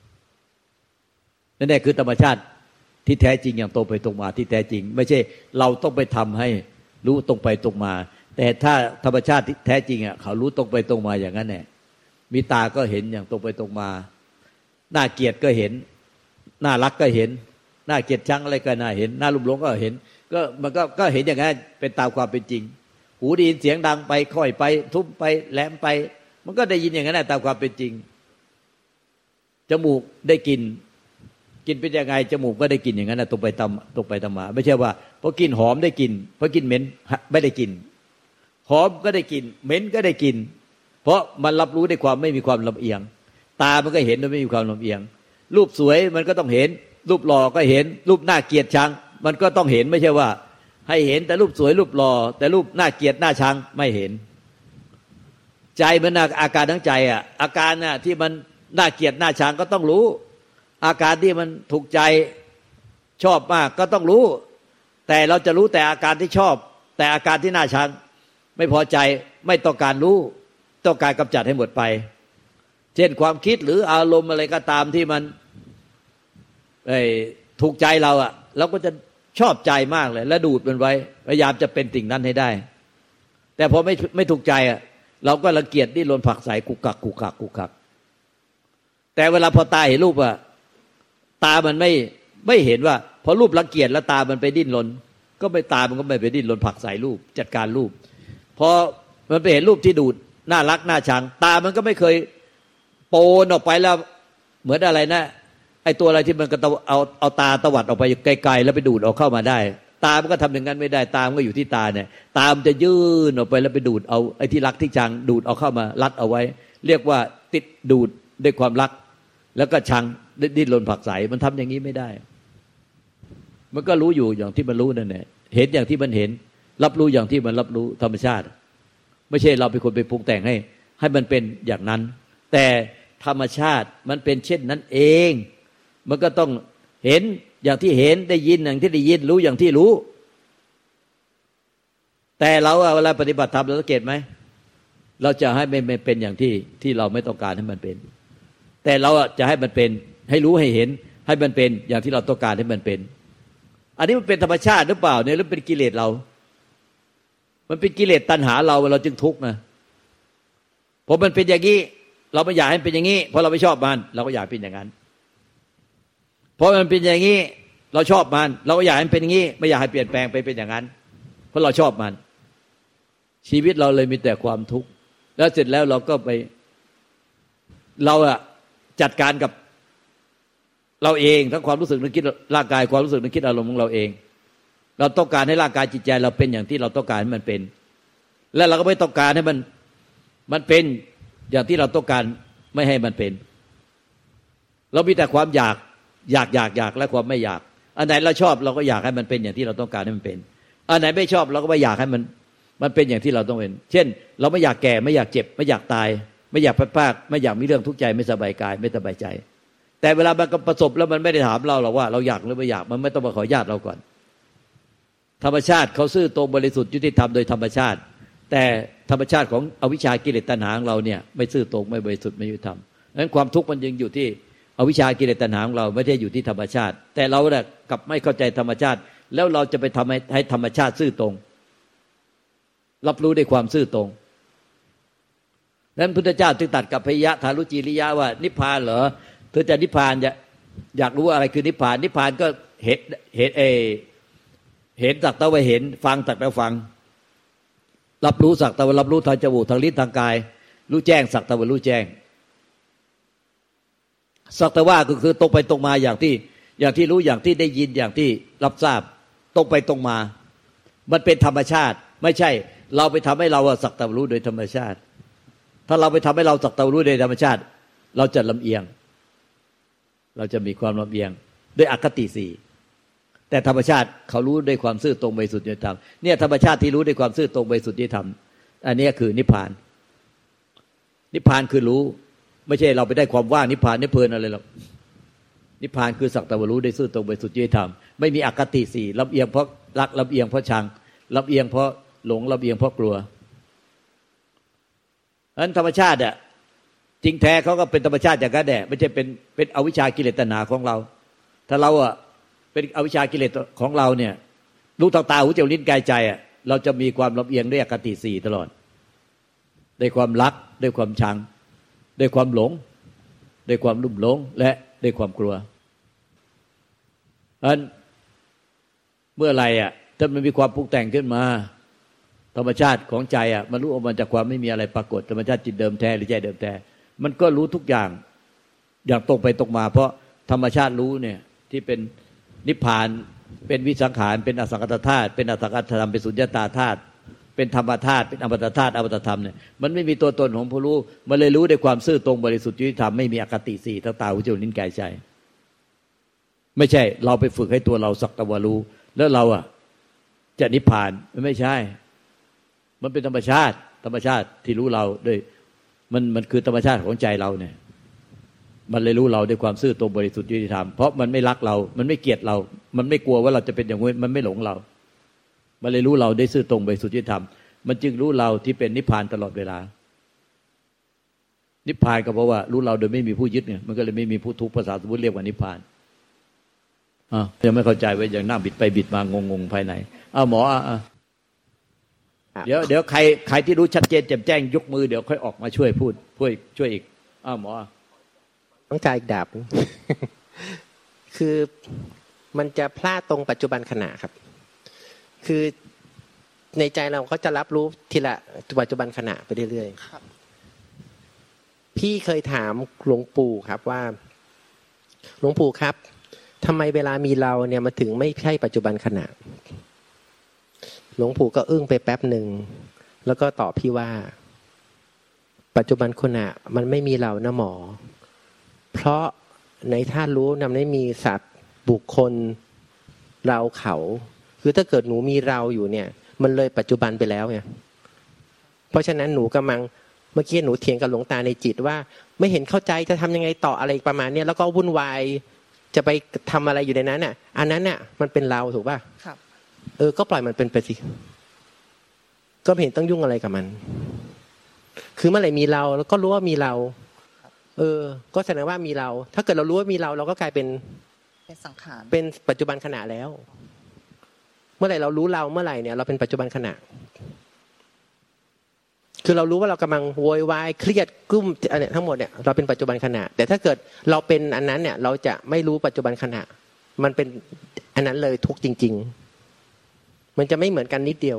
นั่นแหละคือธรรมชาติที่แท้จริงอย่างตรงไปตรงมาที่แท้จริงไม่ใช่เราต้องไปทำให้รู้ตรงไปตรงมาแต่ถ้าธรรมชาติที่แท้จริงอ่ะเขารู้ตรงไปตรงมาอย่างนั้นแหละมีตาก็เห็นอย่างตรงไปตรงมาน่าเกลียดก็เห็นน่ารักก็เห็นน่าเกลียดชังอะไรก็น่าเห็นน่าลุ่มหลงก็เห็นก็มันก็ก็เห็นอย่างนั้นเป็นตามความเป็นจริงหูได้ยินเสียงดังไปค่อยไปทุบไปแหลมไปมันก็ได้ยินอย่างนั้นตามความเป็นจริงจมูกได้กลิ่นกินเป็นยังไงจมูกก็ได้กลิ่นอย่างนั้นตรงไปตามตรงไปตามมาไม่ใช่ว่าพอกินหอมได้กลิ่นพอกินเหม็นไม่ได้กลิ่นหอมก็ได้กลิ่นเหม็นก็ได้กลิ่นเพราะมันรับรู้ด้วยความไม่มีความลำเอียงตามันก็เห็นโดยไม่มีความลำเอียงรูปสวยมันก็ต้องเห็นรูปหล่อก็เห็นรูปน่าเกลียดชังมันก็ต้องเห็นไม่ใช่ว่าให้เห็นแต่รูปสวยรูปหล่อแต่รูปน่าเกลียดน่าชังไม่เห็นใจมันอาการทั้งใจอ่ะอาการน่ะที่มันน่าเกลียดน่าชังก็ต้องรู้อาการที่มันถูกใจชอบมากก็ต้องรู้แต่เราจะรู้แต่อาการที่ชอบแต่อาการที่น่าชังไม่พอใจไม่ต้องการรู้ต้องการกำจัดให้หมดไปเช่นความคิดหรืออารมณ์อะไรก็ตามที่มันไอ้ถูกใจเราอ่ะเราก็จะชอบใจมากเลยและดูดมันไว้พยายามจะเป็นสิ่งนั้นให้ได้แต่พอไม่ไม่ถูกใจอ่ะเราก็รังเกียจดิ้นรนผลักไสกุกกักกุกกักกุกกักแต่เวลาพอตาเห็นรูปอ่ะตามันไม่ไม่เห็นว่าพอรูปรังเกียจแล้วตามันไปดิ้นรนก็ไม่ตามันก็ไม่ไปดิ้นรนผลักไสรูปจัดการรูปพอมันไปเห็นรูปที่ดูดน่ารักน่าชังตามันก็ไม่เคยโปนออกไปแล้วเหมือนอะไรนะไอ้ตัวอะไรที่มันก็เอาเอาตาตวัดออกไปไกลๆแล้วไปดูดออกเข้ามาได้ตามันก็ทำอย่างนั้นไม่ได้ตามันก็อยู่ที่ตาเนี่ยตามันจะยื่นออกไปแล้วไปดูดเอาไอ้ที่รักที่ชังดูดเอาเข้ามารัดเอาไว้เรียกว่าติดดูดด้วยความรักแล้วก็ชังดิ้นรนผลักไสมันทำอย่างนี้ไม่ได้มันก็รู้อยู่อย่างที่มันรู้นั่นแหละเห็นอย่างที่มันเห็นรับรู้อย่างที่มันรับรู้ธรรมชาติไม่ใช่เราเป็นคนไปปรุงแต่งให้ให้มันเป็นอย่างนั้นแต่ธรรมชาติมันเป็นเช่นนั้นเองมันก็ต้องเห็นอย่างที่เห็นได้ยินอย่างที่ได้ยินรู้อย่างที่รู้แต่เราเวลาปฏิบัติธรรมเราสังเกตไหมเราจะให้ไม่เป็นอย่างที่ที่เราไม่ต้องการให้มันเป็นแต่เราจะให้มันเป็นให้รู้ให้เห็นให้มันเป็นอย่างที่เราต้องการให้มันเป็นอันนี้มันเป็นธรรมชาติหรือเปล่าเนี่ยหรือเป็นกิเลสเรามันเป็นกิเลสตัณหาเราเราจึงทุกข์นะพอมันเป็นอย่างนี้เราไม่อยากให้เป็นอย่างนี้เพราะเราไม่ชอบมันเราก็อยากเป็นอย่างนั้นเพราะมันเป็นอย่างนี้เราชอบมันเราก็อยากให้มันเป็นอย่างนี้ไม่อยากให้เปลี่ยนแปลงไปเป็นอย่างนั้นเพราะเราชอบมันชีวิตเราเลยมีแต่ความทุกข์แล้วเสร็จแล้วเราก็ไปเราอะจัดการกับเราเองทั้งความรู้สึกนึกคิดร่างกายความรู้สึกนึกคิดอารมณ์ของเราเองเราต้องการให้ร่างกายจิตใจเราเป็นอย่างที่เราต้องการให้มันเป็นและเราก็ไม่ต้องการให้มันมันเป็นอย่างที่เราต้องการไม่ให้มันเป็นเรามีแต่ความอยากอยากอยากอยากและความไม่อยากอันไหนเราชอบเราก็อยากให้มันเป็นอย่างที่เราต้องการให้มันเป็นอันไหนไม่ชอบเราก็ไม่อยากให้มันมันเป็นอย่างที่เราต้องเป็นเช่นเราไม่อยากแก่ไม่อยากเจ็บไม่อยากตายไม่อยากพัดพรากไม่อยากมีเรื่องทุกข์ใจไม่สบายกายไม่สบายใจแต่เวลามันประสบแล้วมันไม่ได้ถามเราหรอกว่าเราอยากหรือไม่อยากมันไม่ต้องมาขออนุญาตเราก่อนธรรมชาติเขาซื่อตรงบริสุทธิ์ยุติธรรมโดยธรรมชาติแต่ธรรมชาติของอวิชชากิเลสตัณหาของเราเนี่ยไม่ซื่อตรงไม่บริสุทธิ์ไม่ยุติธรรมนั้นความทุกข์มันยังอยู่ที่อวิชชากิเลสตัณหาของเราไม่ได้อยู่ที่ธรรมชาติแต่เราเนี่ยกลับไม่เข้าใจธรรมชาติแล้วเราจะไปทำให้ให้ธรรมชาติซื่อตรงรับรู้ด้วยความซื่อตรงนั้นพุทธเจ้าจึงตรัสกับพยะทารุจีริยะว่านิพพานเหรอเธอจะนิพพานจะอยากรู้อะไรคือนิพพานนิพพานก็เห็นเห็นเอเห็นสักแต่ว่าเห็นฟังสักแต่ฟังรับรู้สักแต่ว่ารับรู้ทางจมูกทางลิ้นทางกายรู้แจ้งสักแต่ว่ารู้แจ้งสักแต่ว่าก็คือตรงไปตรงมาอย่างที่อย่างที่รู้อย่างที่ได้ยินอย่างที่รับทราบตรงไปตรงมามันเป็นธรรมชาติไม่ใช่เราไปทำให้เราสักแต่รู้โดยธรรมชาติถ้าเราไปทำให้เราสักแต่รู้โดยธรรมชาติเราจะลำเอียงเราจะมีความลำเอียงด้วยอคติสี่แต่ธรรมชาติเขารู้ด้วยความซื่อตรงบริสุทธิ์ยุติธรรมเนี่ยธรรมชาติที่รู้ด้วยความซื่อตรงบริสุทธิ์ยุติธรรมอันนี้คือนิพพานนิพพานคือรู้ไม่ใช่เราไปได้ความว่างนิพพานนิพเพลินอะไรหรอกนิพพานคือสักแต่ว่ารู้ได้ซื่อตรงบริสุทธิ์ยุติธรรมไม่มีอคติสี่ลำเอียงเพราะรักลำเอียงเพราะชังลำเอียงเพราะหลงลำเอียงเพราะกลัวเพราะฉะนั้นธรรมชาติอ่ะจริงแท้เขาก็เป็นธรรมชาติอย่างนั้นแหละไม่ใช่เป็นเป็นอวิชชากิเลสตัณหาของเราถ้าเราอ่ะเป็นอวิชชากิเลสของเราเนี่ยรู้ทางตาหูจมูกลิ้นกายใจอ่ะเราจะมีความลำเอียงด้วยอคติสี่ตลอดด้วยความรักด้วยความชังด้วยความหลงด้วยความลุ่มหลงและด้วยความกลัวอันเมื่อไรอ่ะถ้ามันมีความปรุงแต่งขึ้นมาธรรมชาติของใจอ่ะมันรู้ออกมาจากความไม่มีอะไรปรากฏธรรมชาติจิตเดิมแท้หรือใจเดิมแท้มันก็รู้ทุกอย่างอย่างตรงไปตรงมาเพราะธรรมชาติรู้เนี่ยที่เป็นนิพพานเป็นวิสังขารเป็นอสังขตธาตุเป็นอสังขตธรรมเป็นสุญญตาธาตุเป็นธรรมธาตุเป็นอมตะธาตุอมตะธรรมเนี่ยมันไม่มีตัวตนของผู้รู้มันเลยรู้ด้วยความซื่อตรงบริสุทธิ์ยุติธรรมไม่มีอคติสี่ทั้งตาหูจมูกลิ้นกายใจไม่ใช่เราไปฝึกให้ตัวเราสักแต่ว่ารู้แล้วเราอ่ะจะนิพพานไม่ใช่มันเป็นธรรมชาติธรรมชาติที่รู้เราด้วยมันมันคือธรรมชาติของใจเราเนี่ยมันเลยรู้เราด้วยความซื่อตรงบริสุทธิ์ยุติธรรมเพราะมันไม่รักเรามันไม่เกลียดเรามันไม่กลัวว่าเราจะเป็นอย่างงี้มันไม่หลงเรามันเลยรู้เราได้ซื่อตรงบริสุทธิ์ยุติธรรมมันจึงรู้เราที่เป็นนิพพานตลอดเวลานิพพานก็เพราะว่ารู้เราโดยไม่มีผู้ยึดไงมันก็เลยไม่มีผู้ทุกข์ภาษาสมมุติเรียกว่านิพพานอ่ะยังไม่เข้าใจว่าอย่างนั่งบิดไปบิดมางงๆภายในอ้าวหมออ่ะเดี๋ยวเดี๋ยวใครใครที่รู้ชัดเจนแจ่มแจ้งยกมือเดี๋ยวค่อยออกมาช่วยพูดช่วยช่วยอีกอ้าวหมอต้องการอีกดาบ คือมันจะพลาดตรงปัจจุบันขณะครับคือในใจเราก็จะรับรู้ทีละปัจจุบันขณะไปเรื่อยๆพี่เคยถามหลวงปู่ครับว่าหลวงปู่ครับทำไมเวลามีเราเนี่ยมันถึงไม่ใช่ปัจจุบันขณะหลวงปู่ก็อึ้งไปแป๊บหนึ่งแล้วก็ตอบพี่ว่าปัจจุบันขณะมันไม่มีเรานะหมอเพราะในธาตุรู้มันไม่มีสัตว์บุคคลเราเขาคือถ้าเกิดหนูมีเราอยู่เนี่ยมันเลยปัจจุบันไปแล้วไงเพราะฉะนั้นหนูกำลังเมื่อกี้หนูเถียงกับหลวงตาในจิตว่าไม่เห็นเข้าใจจะทำยังไงต่ออะไรประมาณนี้แล้วก็วุ่นวายจะไปทำอะไรอยู่ในนั้นน่ะอันนั้นน่ะมันเป็นเราถูกป่ะครับเออก็ปล่อยมันเป็นไปสิก็ไม่เห็นต้องยุ่งอะไรกับมันคือเมื่อไหร่มีเราแล้วก็รู้ว่ามีเราเออก็แสดงว่ามีเราถ้าเกิดเรารู้ว่ามีเราเราก็กลายเป็นเป็นสังขารเป็นปัจจุบันขณะแล้วเมื่อไหร่เรารู้เราเมื่อไหร่เนี่ยเราเป็นปัจจุบันขณะคือเรารู้ว่าเรากำลังโวยวายเครียดกลุ้มอะไรทั้งหมดเนี่ยเราเป็นปัจจุบันขณะแต่ถ้าเกิดเราเป็นอันนั้นเนี่ยเราจะไม่รู้ปัจจุบันขณะมันเป็นอันนั้นเลยทุกจริงๆมันจะไม่เหมือนกันนิดเดียว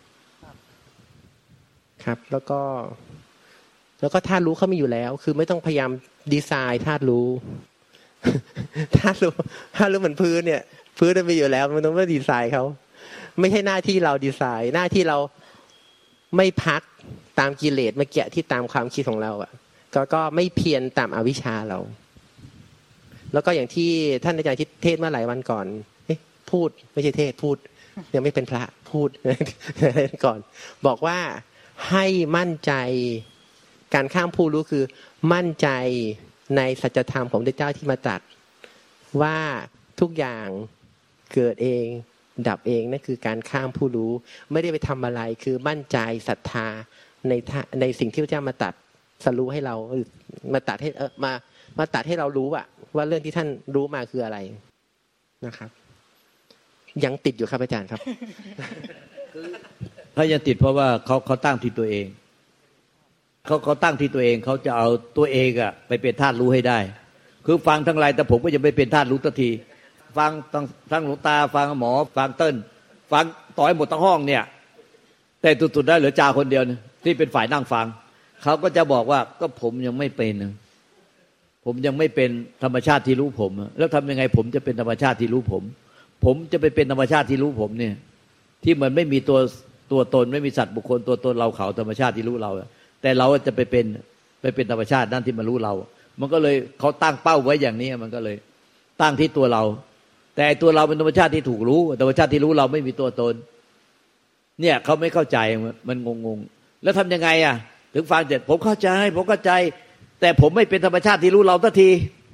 ครับแล้วก็แล้วก็ธาตุรู้เขามีอยู่แล้วคือไม่ต้องพยายามดีไซน์ธาตุรู้ธาตุรู้ธาตุรู้เหมือนพื้นเนี่ยพื้นมันมีอยู่แล้วมันต้องไม่ดีไซน์เขาไม่ใช่หน้าที่เราดีไซน์หน้าที่เราไม่พักตามกิเลสเมื่อกี้ที่ตามความคิดของเราอ่ะก็ก็ไม่เพียรตามอวิชชาเราแล้วก็อย่างที่ท่านอาจารย์ที่เทศเมื่อหลายวันก่อนเอ๊ะพูดไม่ใช่เทศพูดยังไม่เป็นพระพูดก่อนบอกว่าให้มั่นใจการข้ามผู้รู้คือมั่นใจในสัจธรรมของพระเจ้าที่มาตรัสว่าทุกอย่างเกิดเองดับเองนั่นคือการข้ามผู้รู้ไม่ได้ไปทำอะไรคือมั่นใจศรัทธาในในสิ่งที่พระเจ้ามาตรัสสรู้ให้เรามาตรัสให้เออมามาตรัสให้เรารู้อะว่าเรื่องที่ท่านรู้มาคืออะไรนะครับยังติดอยู่ครับอาจารย์ครับเขายังติดเพราะว่าเขาเขาตั้งที่ตัวเองเขาเขาตั้งที่ตัวเองเขาจะเอาตัวเองอะไปเป็นธาตุรู้ให้ได้คือฟังทั้งหลายแต่ผมก็ยังไม่เป็นธาตุรู้สักทีฟังทั้งทั้งหลวงตาฟังหมอฟังเติ้ลฟังต่อให้หมดทั้งห้องเนี่ยแต่สุดๆได้เหลือจ่าคนเดียวที่เป็นฝ่ายนั่งฟังเขาก็จะบอกว่าก็ผมยังไม่เป็นผมยังไม่เป็นธรรมชาติที่รู้ผมแล้วทำยังไงผมจะเป็นธรรมชาติที่รู้ผมผมจะไปเป็นธรรมชาติที่รู้ผมเนี่ยที่มันไม่มีตัวตัวตนไม่มีสัตว์บุคคลตัวตนเราเขาธรรมชาติที่รู้เราแต่เราจะไปเป็นไปเป็นธรรมชาตินั่นที่มันรู้เรามันก็เลยเขาตั้งเป้าไว้อย่างนี้มันก็เลยตั้งที่ตัวเราแต่ตัวเราเป็นธรรมชาติที่ถูกรู้ธรรมชาติที่รู้เราไม่มีตัวตนเนี่ยเขาไม่เข้าใจมันงงๆแล้วทำยังไงอ่ะถึงฟังเสร็จผมเข้าใจผมเข้าใจแต่ผมไม่เป็นธรรมชาติที่รู้เราสักที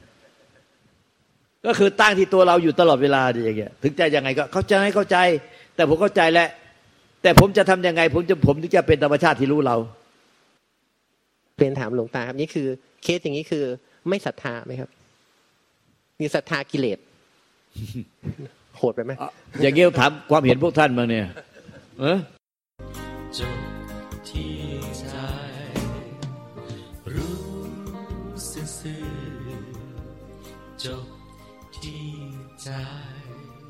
ก็คือตั้งที่ตัวเราอยู่ตลอดเวลาอย่างเงี้ยถึงจะยังไงก็เข้าใจเข้าใจแต่ผมเข้าใจแล้วแต่ผมจะทำยังไงผมจะผมถึงจะเป็นธรรมชาติที่รู้เราเรียนถามหลวงตาครับนี่คือเคสอย่างนี้คือไม่ศรัทธาไหมครับมีศรัทธากิเลส โหดไปไหมอย่างเงี้ยถามความเห็นพวกท่านมาเนี่ยเออจบที่ใจรู้ซื่อจบที่ใจ